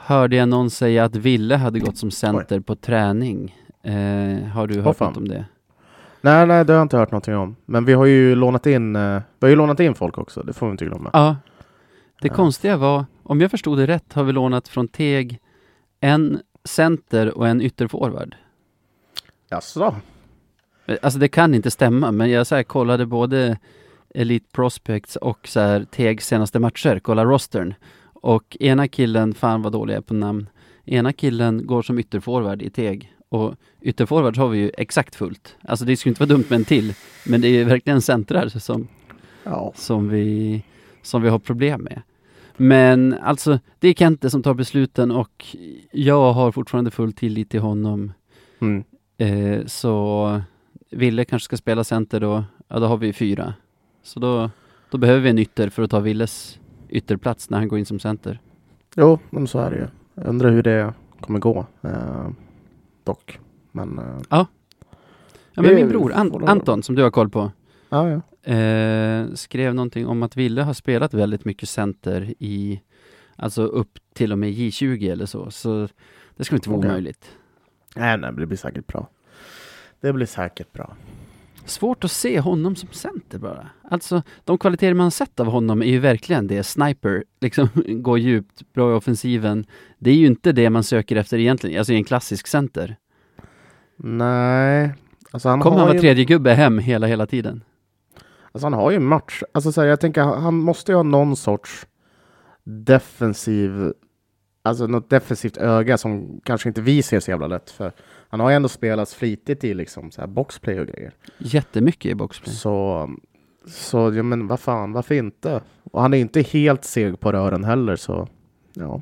hörde jag någon säga att Ville hade gått som center Oj. på träning. Eh, har du hört något om det? Nej, nej, det har jag inte hört någonting om. Men vi har ju lånat in, eh, vi har ju lånat in folk också, det får vi inte glömma. Ja, det ja. konstiga var, om jag förstod det rätt, har vi lånat från Teg en center och en ytterforward. Jaså? Alltså det kan inte stämma, men jag så här, kollade både Elite Prospects och så här, Tegs senaste matcher, kolla rostern. Och ena killen, fan vad dålig jag är på namn, ena killen går som ytterforward i Teg. Och ytterforwards har vi ju exakt fullt. Alltså det skulle inte vara dumt med en till, men det är verkligen centrar som, ja. som, vi, som vi har problem med. Men alltså, det är Kente som tar besluten och jag har fortfarande full tillit till honom. Mm. Eh, så Ville kanske ska spela center då, ja då har vi fyra. Så då, då behöver vi en ytter för att ta Villes ytterplats när han går in som center. Jo, men så är det ju. Jag undrar hur det kommer gå. Eh, dock. Men, eh, ja. ja, men min bror An- Anton som du har koll på. Ja, ja. Eh, skrev någonting om att Ville har spelat väldigt mycket center i, alltså upp till och med J tjugo eller så. Så det skulle inte vara okay. omöjligt. Nej, nej, det blir säkert bra. Det blir säkert bra. Svårt att se honom som center bara. Alltså, de kvaliteter man har sett av honom är ju verkligen det. Sniper, liksom går djupt, bra i offensiven. Det är ju inte det man söker efter egentligen. Alltså i en klassisk center. Nej. Alltså han Kommer har han vara ju... tredje gubbe hem hela, hela tiden? Alltså han har ju match. Alltså så här, jag tänker, han måste ju ha någon sorts defensiv... Alltså något defensivt öga som kanske inte vi ser så jävla lätt. För han har ju ändå spelat flitigt i liksom så här boxplay och grejer. Jättemycket i boxplay. Så, så ja, men vad fan, varför inte? Och han är inte helt seg på rören heller, så ja.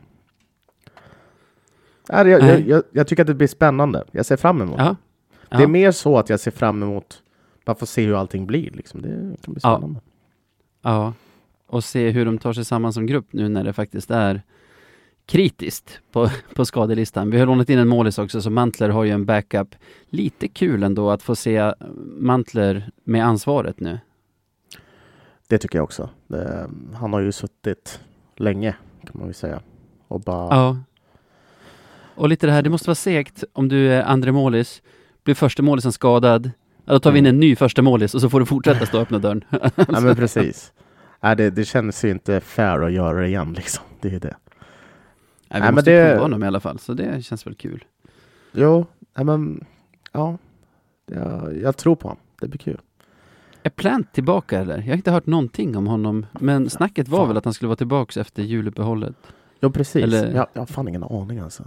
Jag, jag, jag, jag tycker att det blir spännande. Jag ser fram emot ja. det. Det är mer så att jag ser fram emot bara få se hur allting blir. Liksom. Det kan bli spännande. Ja. ja, och se hur de tar sig samman som grupp nu när det faktiskt är kritiskt på, på skadelistan. Vi har lånat in en målis också, så Mantler har ju en backup. Lite kul ändå att få se Mantler med ansvaret nu. Det tycker jag också. Det, han har ju suttit länge, kan man ju säga. Och bara... Ja. Och lite det här, det måste vara segt om du är andra målis, blir första målisen skadad. Ja, då tar vi in en ny första målis och så får du fortsätta stå och öppna dörren. Ja, men precis. Ja, det, det känns ju inte fair att göra det igen, liksom. Det är det. Nej, vi nej, måste men det... prova honom i alla fall, så det känns väl kul. Jo, nej, men ja, jag, jag tror på honom. Det blir kul. Är Plant tillbaka eller? Jag har inte hört någonting om honom, men snacket var ja, väl att han skulle vara tillbaka efter juluppehållet. Jo, precis. Eller... Jag, jag har fan ingen aning alltså.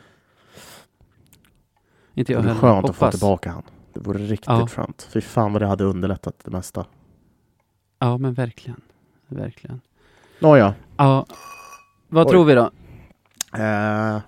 Inte jag det är heller. Skönt Hoppas. att få tillbaka han. Det vore riktigt ja. skönt. Fy fan vad det hade underlättat det mesta. Ja, men verkligen. Verkligen. Nåja. Ja. Vad Oj. tror vi då? Uh,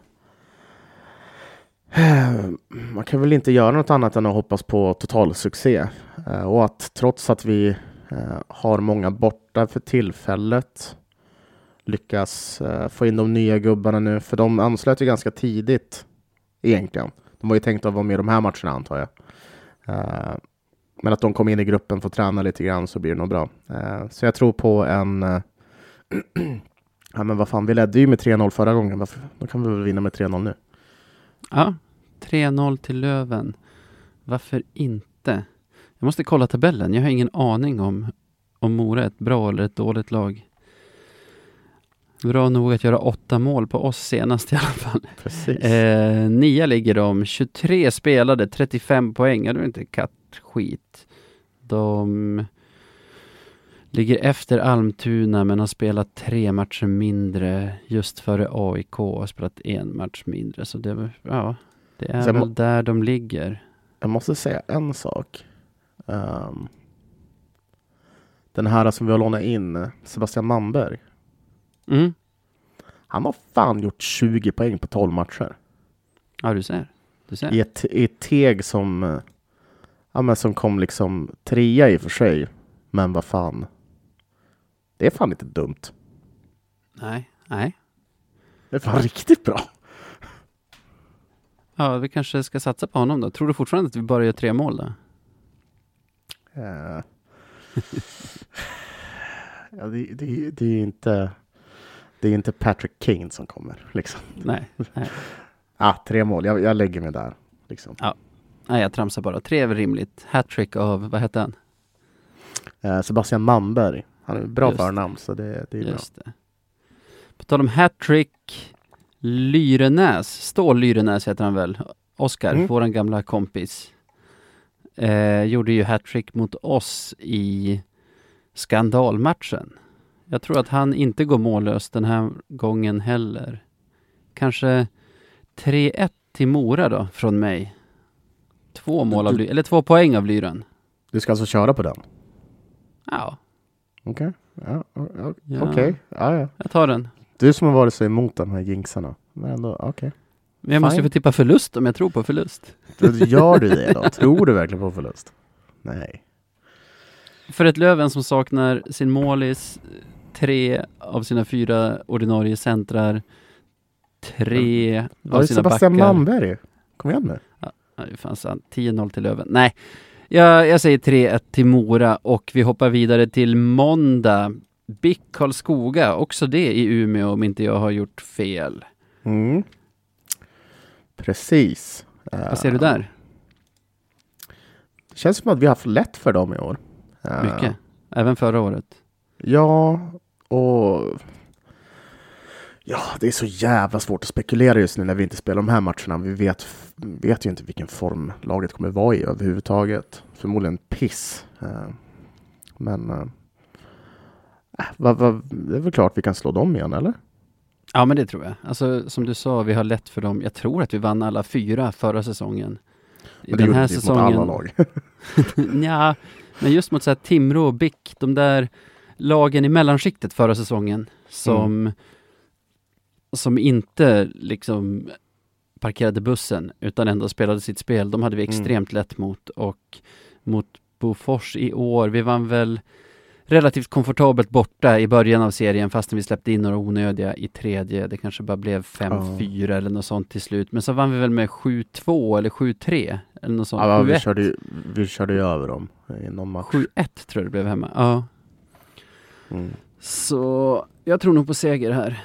man kan väl inte göra något annat än att hoppas på total succé. Uh, och att trots att vi uh, har många borta för tillfället lyckas uh, få in de nya gubbarna nu. För de anslöt ju ganska tidigt egentligen. De var ju tänkt att vara med i de här matcherna, antar jag. Uh, men att de kom in i gruppen för att träna lite grann, så blir det nog bra. Uh, så jag tror på en... Uh, ja, men vad fan, vi ledde ju med tre noll förra gången. Varför? Då kan vi väl vinna med tre noll nu. Ja, tre noll till Löven. Varför inte? Jag måste kolla tabellen. Jag har ingen aning om om Mora är ett bra eller ett dåligt lag. Bra nog att göra åtta mål på oss senast i alla fall. Precis. Eh, nia ligger de. tjugotre spelade, trettiofem poäng. Det är inte kattskit. De ligger efter Almtuna men har spelat tre matcher mindre just före A I K och har spelat en match mindre. Så det, ja, det är väl må- där de ligger. Jag måste säga en sak. Um, den här som vi har lånat in, Sebastian Manberg. Mm. Han har fan gjort tjugo poäng på tolv matcher. Ja, du ser. Du ser. I ett, i ett teg som, ja, men som kom liksom trea i och för sig. Men vad fan. Det är fan inte dumt. Nej, nej. Det är fan riktigt bra. Ja, vi kanske ska satsa på honom då. Tror du fortfarande att vi bara gör tre mål då? Uh. ja, det, det, det är inte... det är inte Patrick Kane som kommer. Liksom. Nej. nej. ah, tre mål. Jag, jag lägger mig där. Liksom. Ja. Nej, jag tramsar bara. Tre är väl rimligt. Hattrick av, vad heter han? Eh, Sebastian Manberg. Han är bra Just förnamn, så det, det är Just bra. det. På tal om hattrick, Lyrenäs, Stål Lyrenäs heter han väl? Oskar, Mm. våran gamla kompis. Eh, gjorde ju hattrick mot oss i skandalmatchen. Jag tror att han inte går mållös den här gången heller. Kanske tre ett till Mora då, från mig. Två mål av Ly- eller två poäng av Lyren. Du ska alltså köra på den? Ja, Okej. Okay. Ja, ja, Ja. okay. ja, ja. jag tar den. Du som har varit så emot de här jinxarna. Men ändå, okej. Okay. Men jag måste ju Fine. få tippa förlust om jag tror på förlust. Då gör du det då? Tror du verkligen på förlust? Nej. För ett Löven som saknar sin målis, tre av sina fyra ordinarie centrar, tre Var av det sina Sebastian backar. Manberg? Kom igen nu. Ja, det är fan sant. tio noll till Löven. Nej, jag, jag säger tre ett till Mora och vi hoppar vidare till måndag. B I K Karlskoga, också det i Umeå om inte jag har gjort fel. Mm. Precis. Vad ser du där? Det känns som att vi har haft lätt för dem i år. Uh, Mycket. Även förra året. Ja, och ja, det är så jävla svårt att spekulera just nu när vi inte spelar de här matcherna. Vi vet, vet ju inte vilken form laget kommer vara i överhuvudtaget. Förmodligen piss. Uh, men uh, va, va, det är väl klart vi kan slå dem igen, eller? Ja, men det tror jag. Alltså, som du sa, vi har lätt för dem. Jag tror att vi vann alla fyra förra säsongen. I Men det den här gjorde vi säsongen... mot alla lag. Ja, men just mot så här Timrå och B I K, de där lagen i mellanskiktet förra säsongen som, mm. som inte liksom parkerade bussen utan ändå spelade sitt spel. De hade vi extremt mm. lätt mot, och mot Bofors i år. Vi vann väl relativt komfortabelt borta i början av serien fastän vi släppte in några onödiga i tredje. Det kanske bara blev fem fyra oh. eller något sånt till slut. Men så vann vi väl med sju två eller sju tre eller något sånt. Ja, vi körde, vi körde ju över dem i någon match. sju ett tror jag det blev hemma. Ja. Mm. Så jag tror nog på seger här.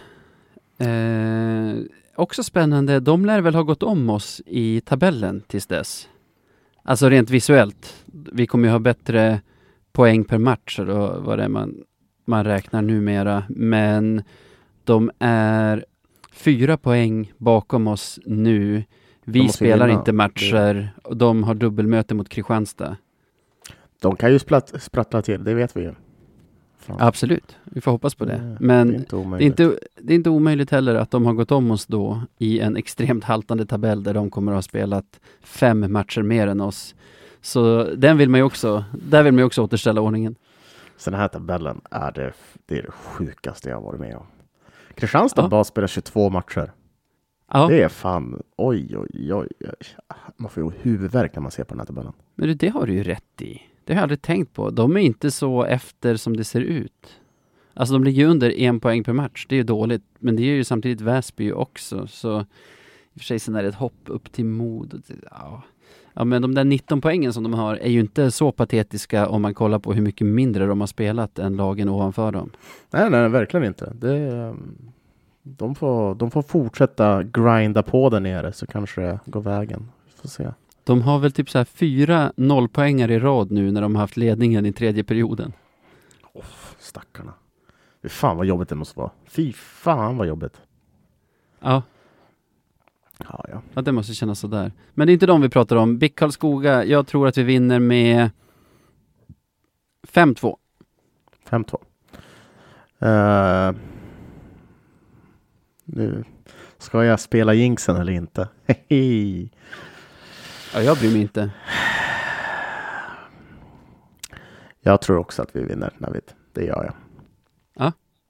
Eh, också spännande, de lär väl ha gått om oss i tabellen tills dess. Alltså rent visuellt. Vi kommer ju ha bättre poäng per match och vad det är man, man räknar numera. Men de är fyra poäng bakom oss nu. Vi spelar inte matcher och de har dubbelmöte mot Kristianstad. De kan ju spratt, sprattla till, det vet vi ju. Fan. Absolut, vi får hoppas på det. det Men det är, inte det, är inte, det är inte omöjligt heller att de har gått om oss då i en extremt haltande tabell där de kommer att ha spelat fem matcher mer än oss. Så den vill man ju också, där vill man ju också återställa ordningen. Så den här tabellen är det, det är det sjukaste jag har varit med om. Kristianstad ja. bara spelar tjugotvå matcher. Ja. Det är fan, oj, oj, oj. Man får ju huvudvärk när man ser på den här tabellen. Men det har du ju rätt i. Det har jag aldrig tänkt på. De är inte så efter som det ser ut. Alltså de ligger under en poäng per match. Det är ju dåligt. Men det är ju samtidigt Väsby också. Så i och för sig sen är det ett hopp upp till Mod. Ja. ja, men de där nitton poängen som de har är ju inte så patetiska om man kollar på hur mycket mindre de har spelat än lagen ovanför dem. Nej, nej, verkligen inte. Det, de, får, de får fortsätta grinda på där nere så kanske det går vägen. Vi får se. De har väl typ så här fyra nollpoängar i rad nu när de har haft ledningen i tredje perioden. Oh, stackarna. Fy fan vad jobbigt det måste vara. Fy fan vad jobbigt. Ja. Ja, ja. Ja, det måste kännas så där. Men det är inte de vi pratar om. B I K Karlskoga, jag tror att vi vinner med fem två. fem två. Uh, nu ska jag spela jinxen eller inte? Hej. Ja, jag bryr mig inte. Jag tror också att vi vinner, Navid. Det gör jag. Ja.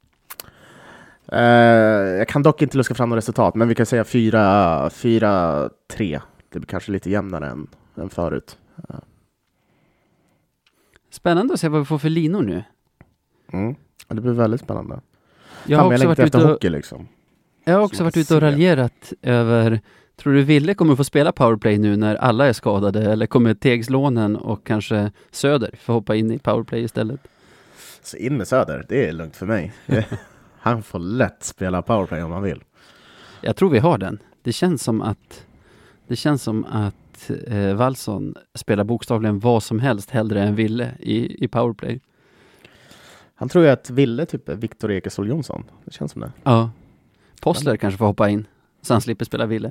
Uh, jag kan dock inte luska fram något resultat, men vi kan säga fyra tre. Det blir kanske lite jämnare än, än förut. Uh. Spännande att se vad vi får för linor nu. Mm. Ja, det blir väldigt spännande. Jag har också varit ute och, hockey, liksom. Jag har också varit ute och raljerat över... Tror du Ville kommer få spela powerplay nu när alla är skadade? Eller kommer Tegslånen och kanske Söder få hoppa in i powerplay istället? Så in med Söder, det är lugnt för mig. Han får lätt spela powerplay om han vill. Jag tror vi har den. Det känns som att det känns som att eh, Wallson spelar bokstavligen vad som helst hellre än Ville i, i powerplay. Han tror ju att Ville typ är Viktor Ekesol Jonsson. Det känns som det. Ja. Postler Men... kanske får hoppa in så han slipper spela Ville.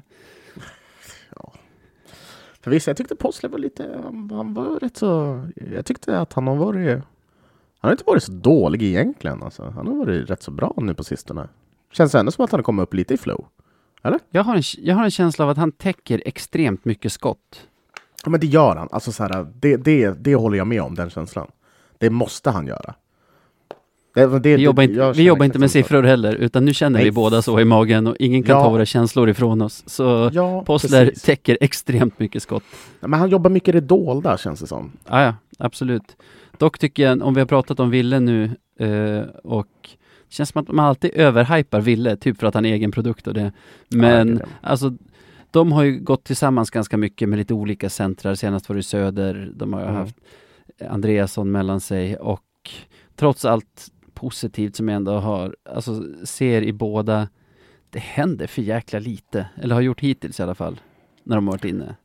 Ja. För visst, jag tyckte Postler var lite han, han var rätt så jag tyckte att han har varit han har inte varit så dålig egentligen alltså. Han har varit rätt så bra nu på sistone. Känns ändå som att han har kommit upp lite i flow. Eller? Jag har en, jag har en känsla av att han täcker extremt mycket skott. Ja, men det gör han. Alltså, så här, det, det, det håller jag med om, den känslan. Det måste han göra. Det, det, vi jobbar det, inte, vi jobbar inte med siffror så. Heller, utan nu känner Nej. vi båda så i magen och ingen kan ja. ta våra känslor ifrån oss. Så ja, Postler precis. täcker exträmt mycket skott. Ja, men han jobbar mycket i det dolda, känns det som. Ja, ja, absolut. Dock tycker jag, om vi har pratat om Ville nu eh, och det känns som att man alltid överhypar Ville, typ för att han är egen produkt och det. Men ja, det det. alltså, de har ju gått tillsammans ganska mycket med lite olika centrar. Senast var det Söder, de har ju mm. haft Andreasson mellan sig och trots allt positivt som jag ändå har, alltså ser i båda, det händer för jäkla lite. Eller har gjort hittills i alla fall, när de har varit inne.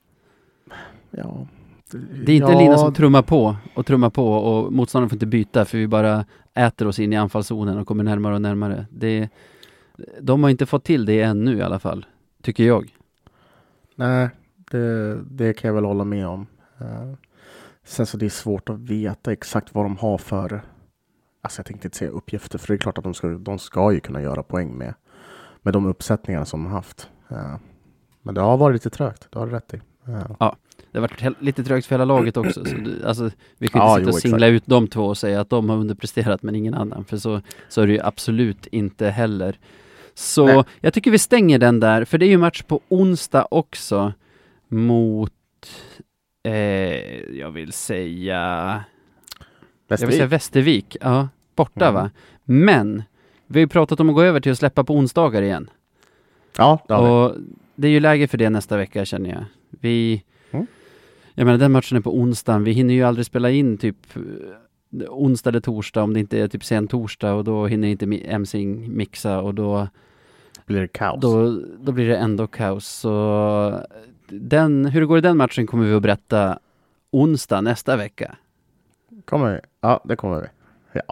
Ja. Det är inte ja. Lina som trummar på och trummar på och motståndaren får inte byta för vi bara äter oss in i anfallszonen och kommer närmare och närmare. Det, de har inte fått till det ännu i alla fall, tycker jag. Nej, det, det kan jag väl hålla med om. Uh, sen så det är svårt att veta exakt vad de har för, alltså jag tänkte inte säga uppgifter, för det är klart att de ska, de ska ju kunna göra poäng med, med de uppsättningar som de har haft. Uh, men det har varit lite trögt, det har du rätt i. Uh. Ja. Det har varit lite trögt för hela laget också. Så det, alltså, vi kan inte ja, sitta jo, och singla exakt. ut de två och säga att de har underpresterat men ingen annan. För så, så är det ju absolut inte heller. Så Nej. jag tycker vi stänger den där. För det är ju match på onsdag också. Mot, eh, jag vill säga... Västervik. Jag vill säga Västervik. Ja, borta mm. va? Men vi har ju pratat om att gå över till att släppa på onsdagar igen. Ja, det har vi. Och det är ju läge för det nästa vecka känner jag. Vi... Mm. Jag menar, den matchen är på onsdagen. Vi hinner ju aldrig spela in typ onsdag eller torsdag om det inte är typ sen torsdag och då hinner inte M C mixa och då blir det kaos. Då, då blir det ändå kaos. Så den, hur det går i den matchen kommer vi att berätta onsdag nästa vecka. Kommer vi? Ja, det kommer vi. Ja.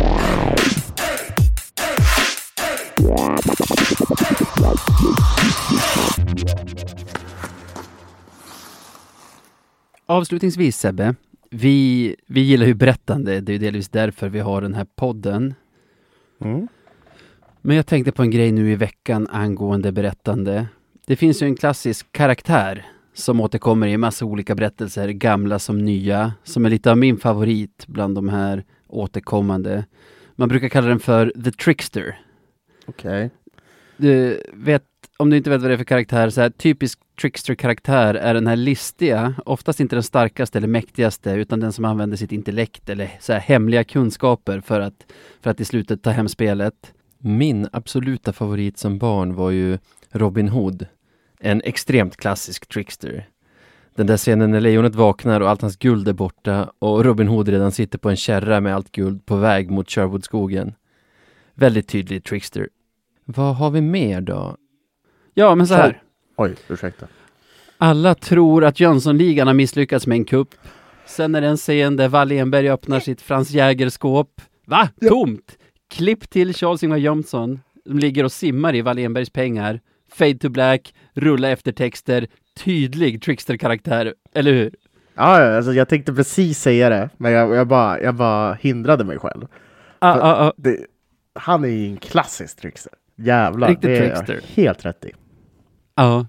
Avslutningsvis Sebbe, vi, vi gillar ju berättande, det är ju delvis därför vi har den här podden. Mm. Men jag tänkte på en grej nu i veckan angående berättande. Det finns ju en klassisk karaktär som återkommer i en massa olika berättelser, gamla som nya, som är lite av min favorit bland de här återkommande. Man brukar kalla den för The Trickster. Okej. Okay. Du vet, om du inte vet vad det är för karaktär, så här typisk trickster-karaktär är den här listiga, oftast inte den starkaste eller mäktigaste, utan den som använder sitt intellekt eller så här hemliga kunskaper för att, för att i slutet ta hem spelet. Min absoluta favorit som barn var ju Robin Hood. En extremt klassisk trickster. Den där scenen när lejonet vaknar och allt hans guld är borta och Robin Hood redan sitter på en kärra med allt guld på väg mot Sherwoodskogen. Väldigt tydlig trickster. Vad har vi mer då? Ja, men så här. Oj, ursäkta. Alla tror att Jönssonligan har misslyckats med en kupp. Sen är det en scen där Wallenberg öppnar sitt Frans Jägerskåp. Va? Ja. Tomt! Klipp till Charles-Ingvar Jönsson. De ligger och simmar i Wallenbergs pengar. Fade to black, rulla eftertexter. Tydlig trickster-karaktär, eller hur? Ja, alltså jag tänkte precis säga det. Men jag, jag, bara, jag bara hindrade mig själv. Ah, ah, ah. Det, han är ju en klassisk trickster. Jävlar, riktigt det är trickster. Helt rätt i. Ja.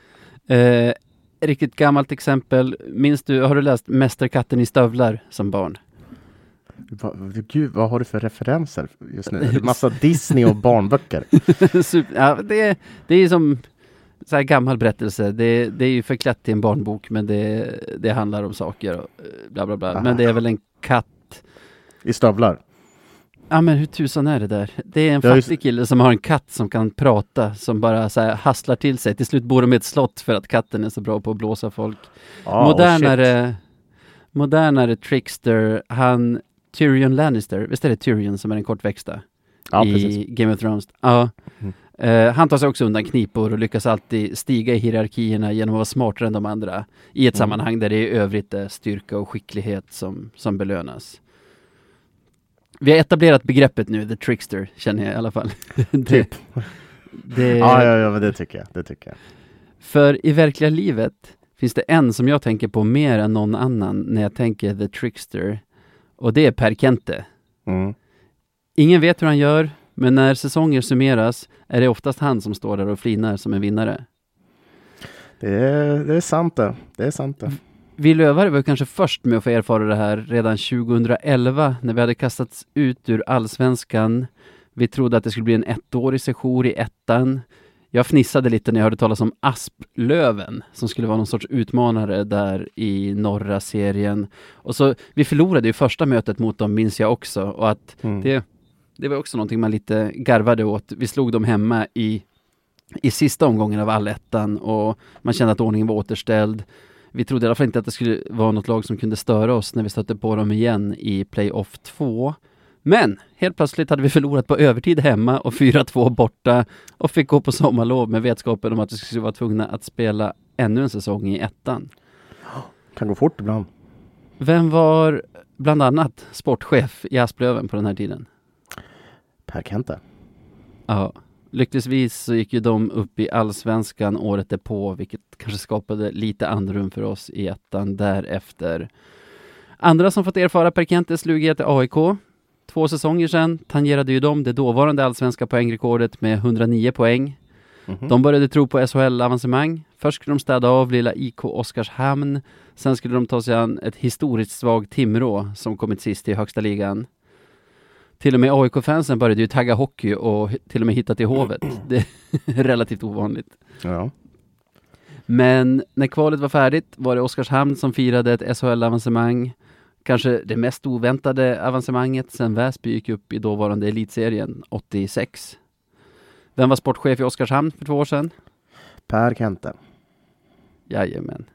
Eh, riktigt gammalt exempel. Minns du, har du läst Mästerkatten i stövlar som barn? Va, Gud, vad har du för referenser just nu? Det är massa Disney och barnböcker. Super, ja, det, det är som så här gammal berättelse. Det, det är ju förklätt till en barnbok, men det, det handlar om saker och bla bla bla. Aha. Men det är väl en katt. I stövlar? Ja, men hur tusan är det där? Det är en det fattig kille som har en katt som kan prata, som bara så här hasslar till sig. Till slut bor de i ett slott för att katten är så bra på att blåsa folk. Oh, modernare, oh modernare trickster, han Tyrion Lannister. Visst är det Tyrion som är den kortväxta? ja, i precis. Game of Thrones. Ja. Mm. Uh, han tar sig också undan knipor och lyckas alltid stiga i hierarkierna genom att vara smartare än de andra i ett mm. sammanhang där det i övrigt är styrka och skicklighet som, som belönas. Vi har etablerat begreppet nu, the trickster, känner jag i alla fall. det, typ. det, ja, ja, ja, men det tycker jag. Det tycker jag. För i verkliga livet finns det en som jag tänker på mer än någon annan när jag tänker the trickster. Och det är Per Kente. Mm. Ingen vet hur han gör, men när säsonger summeras är det oftast han som står där och flinar som en vinnare. Det är, det är sant det. Det är sant det. Vi lövare var kanske först med att få erfara det här redan tjugohundraelva när vi hade kastats ut ur allsvenskan. Vi trodde att det skulle bli en ettårig session i ettan. Jag fnissade lite när jag hörde talas om Asplöven som skulle vara någon sorts utmanare där i norra serien. Och så, vi förlorade ju första mötet mot dem, minns jag också. Och att mm. det, det var också någonting man lite garvade åt. Vi slog dem hemma i, i sista omgången av allettan och man kände att ordningen var återställd. Vi trodde i alla fall inte att det skulle vara något lag som kunde störa oss när vi stötte på dem igen i playoff två. Men helt plötsligt hade vi förlorat på övertid hemma och fyra två borta och fick gå på sommarlov med vetskapen om att vi skulle vara tvungna att spela ännu en säsong i ettan. Kan gå fort ibland. Vem var bland annat sportchef i Asplöven på den här tiden? Per Kente. Ja, lyckligtvis så gick ju de upp i allsvenskan året därpå, vilket kanske skapade lite andrum för oss i ettan därefter. Andra som fått erfara Per Kentes slugighet är A I K. Två säsonger sedan tangerade ju de det dåvarande allsvenska poängrekordet med hundranio poäng. Mm-hmm. De började tro på S H L-avancemang. Först skulle de städa av lilla I K Oskarshamn. Sen skulle de ta sig an ett historiskt svag Timrå som kommit sist i högsta ligan. Till och med A I K-fansen började ju tagga hockey och till och med hitta till Hovet. Det är relativt ovanligt. Ja. Men när kvalet var färdigt var det Oskarshamn som firade ett S H L-avancemang. Kanske det mest oväntade avancemanget sen Väsby gick upp i dåvarande elitserien åttiosex. Vem var sportchef i Oskarshamn för två år sedan? Per Kente. Jajamän.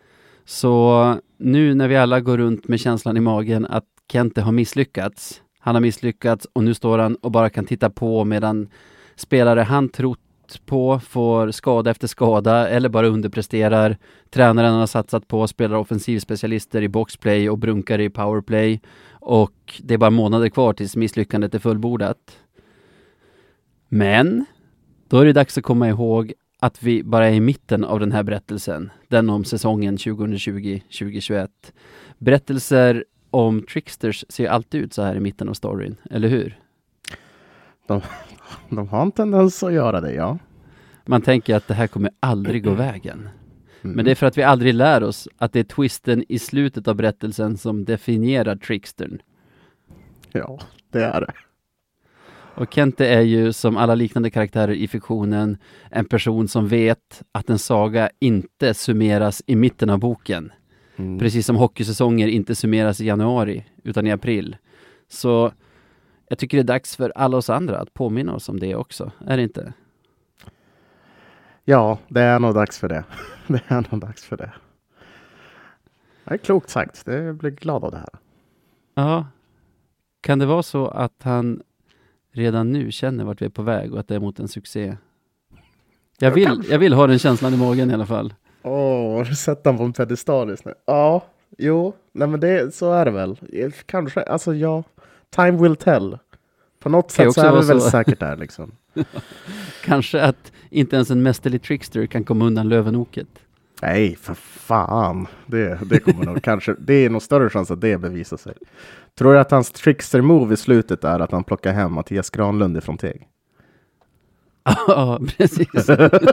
Så nu när vi alla går runt med känslan i magen att Kente har misslyckats. Han har misslyckats och nu står han och bara kan titta på medan spelare han trott på får skada efter skada eller bara underpresterar. Tränaren har satsat på spelar offensivspecialister i boxplay och brunkare i powerplay och det är bara månader kvar tills misslyckandet är fullbordat. Men då är det dags att komma ihåg att vi bara är i mitten av den här berättelsen. Den om säsongen tjugohundratjugo tjugohundratjugoett. Berättelser om tricksters ser alltid ut så här i mitten av storyn, eller hur? De, de har en tendens att göra det, ja. Man tänker att det här kommer aldrig gå vägen. Mm. Men det är för att vi aldrig lär oss att det är twisten i slutet av berättelsen som definierar trickstern. Ja, det är det. Och Kente är ju som alla liknande karaktärer i fiktionen en person som vet att en saga inte summeras i mitten av boken. Mm. Precis som hockeysäsonger inte summeras i januari utan i april. Så jag tycker det är dags för alla oss andra att påminna oss om det också. Är det inte? Ja, det är nog dags för det. Det är nog dags för det. Det är klokt sagt. Jag blir glad av det här. Ja. Kan det vara så att han redan nu känner vart vi är på väg och att det är mot en succé? Jag vill, jag vill ha den känslan i magen i alla fall. Åh, oh, har du sett den på en pedestal just nu? Ja, jo. Nej men det, så är det väl. Kanske, alltså ja. Time will tell. På något sätt så är det väl så. Säkert där liksom. Kanske att inte ens en mästerlig trickster kan komma undan lövenoket. Nej, för fan. Det, det kommer nog kanske. Det är nog större chans att det bevisar sig. Tror du att hans trickster-move i slutet är att han plockar hem Mattias Granlund ifrån Teg? Ja, precis.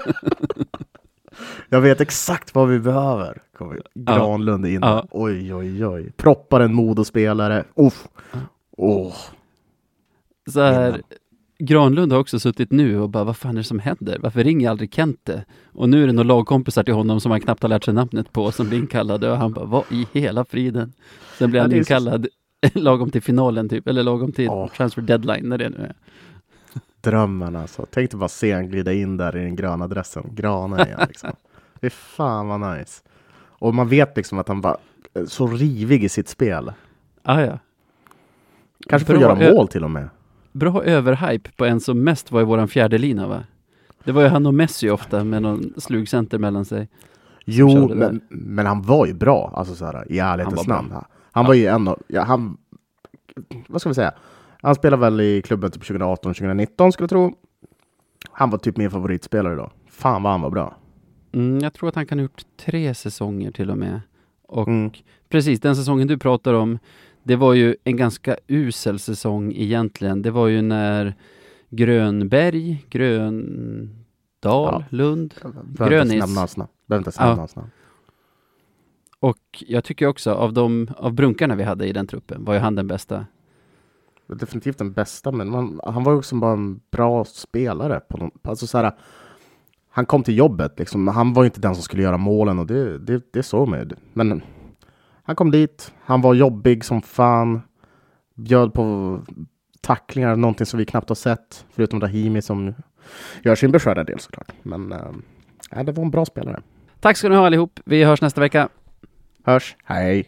Jag vet exakt vad vi behöver. Granlund in. Ja. Oj, oj, oj. Proppar en Modo-spelare. Uff. Åh. Så här, Granlund har också suttit nu och bara, vad fan är det som händer? Varför ringer aldrig Kente? Och nu är det några lagkompisar till honom som han knappt har lärt sig namnet på som blir inkallade och han bara, vad i hela friden? Sen blir han ja, inkallad så... lagom till finalen typ, eller lagom till oh. transfer deadline när det nu är. Drömmen alltså. Tänk dig bara se han glida in där i den gröna dressen. Granen igen liksom. Det är fan vad nice. Och man vet liksom att han var så rivig i sitt spel. Ah, ja. Kanske får göra mål till och med. bra överhype på en som mest var i våran fjärde lina, va? Det var ju han och Messi ofta med någon slugcenter mellan sig. Jo, men, men han var ju bra, alltså så här, i ärlighetens namn. Han ja. var ju en av, ja, han, vad ska vi säga? Han spelade väl i klubben typ tjugo arton tjugo nitton skulle jag tro. Han var typ min favoritspelare då. Fan vad han var bra. Mm, jag tror att han kan ha gjort tre säsonger till och med. Och mm. precis, den säsongen du pratar om, det var ju en ganska usel säsong egentligen. Det var ju när Grönberg, Gröndal, ja. Lund, Grönis. Behöver inte snabba ja. Och jag tycker också av de av brunkarna vi hade i den truppen var ju han den bästa. Definitivt den bästa, men man, han var ju också bara en bra spelare på någon, alltså så här, han kom till jobbet liksom, han var ju inte den som skulle göra målen och det det det så med. Men han kom dit, han var jobbig som fan, bjöd på tacklingar, någonting som vi knappt har sett förutom Rahimi som gör sin beskärda del såklart. Men äh, det var en bra spelare. Tack ska ni ha allihop. Vi hörs nästa vecka. Hörs. Hej.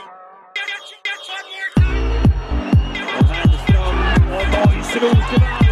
Och Hellström och Borgström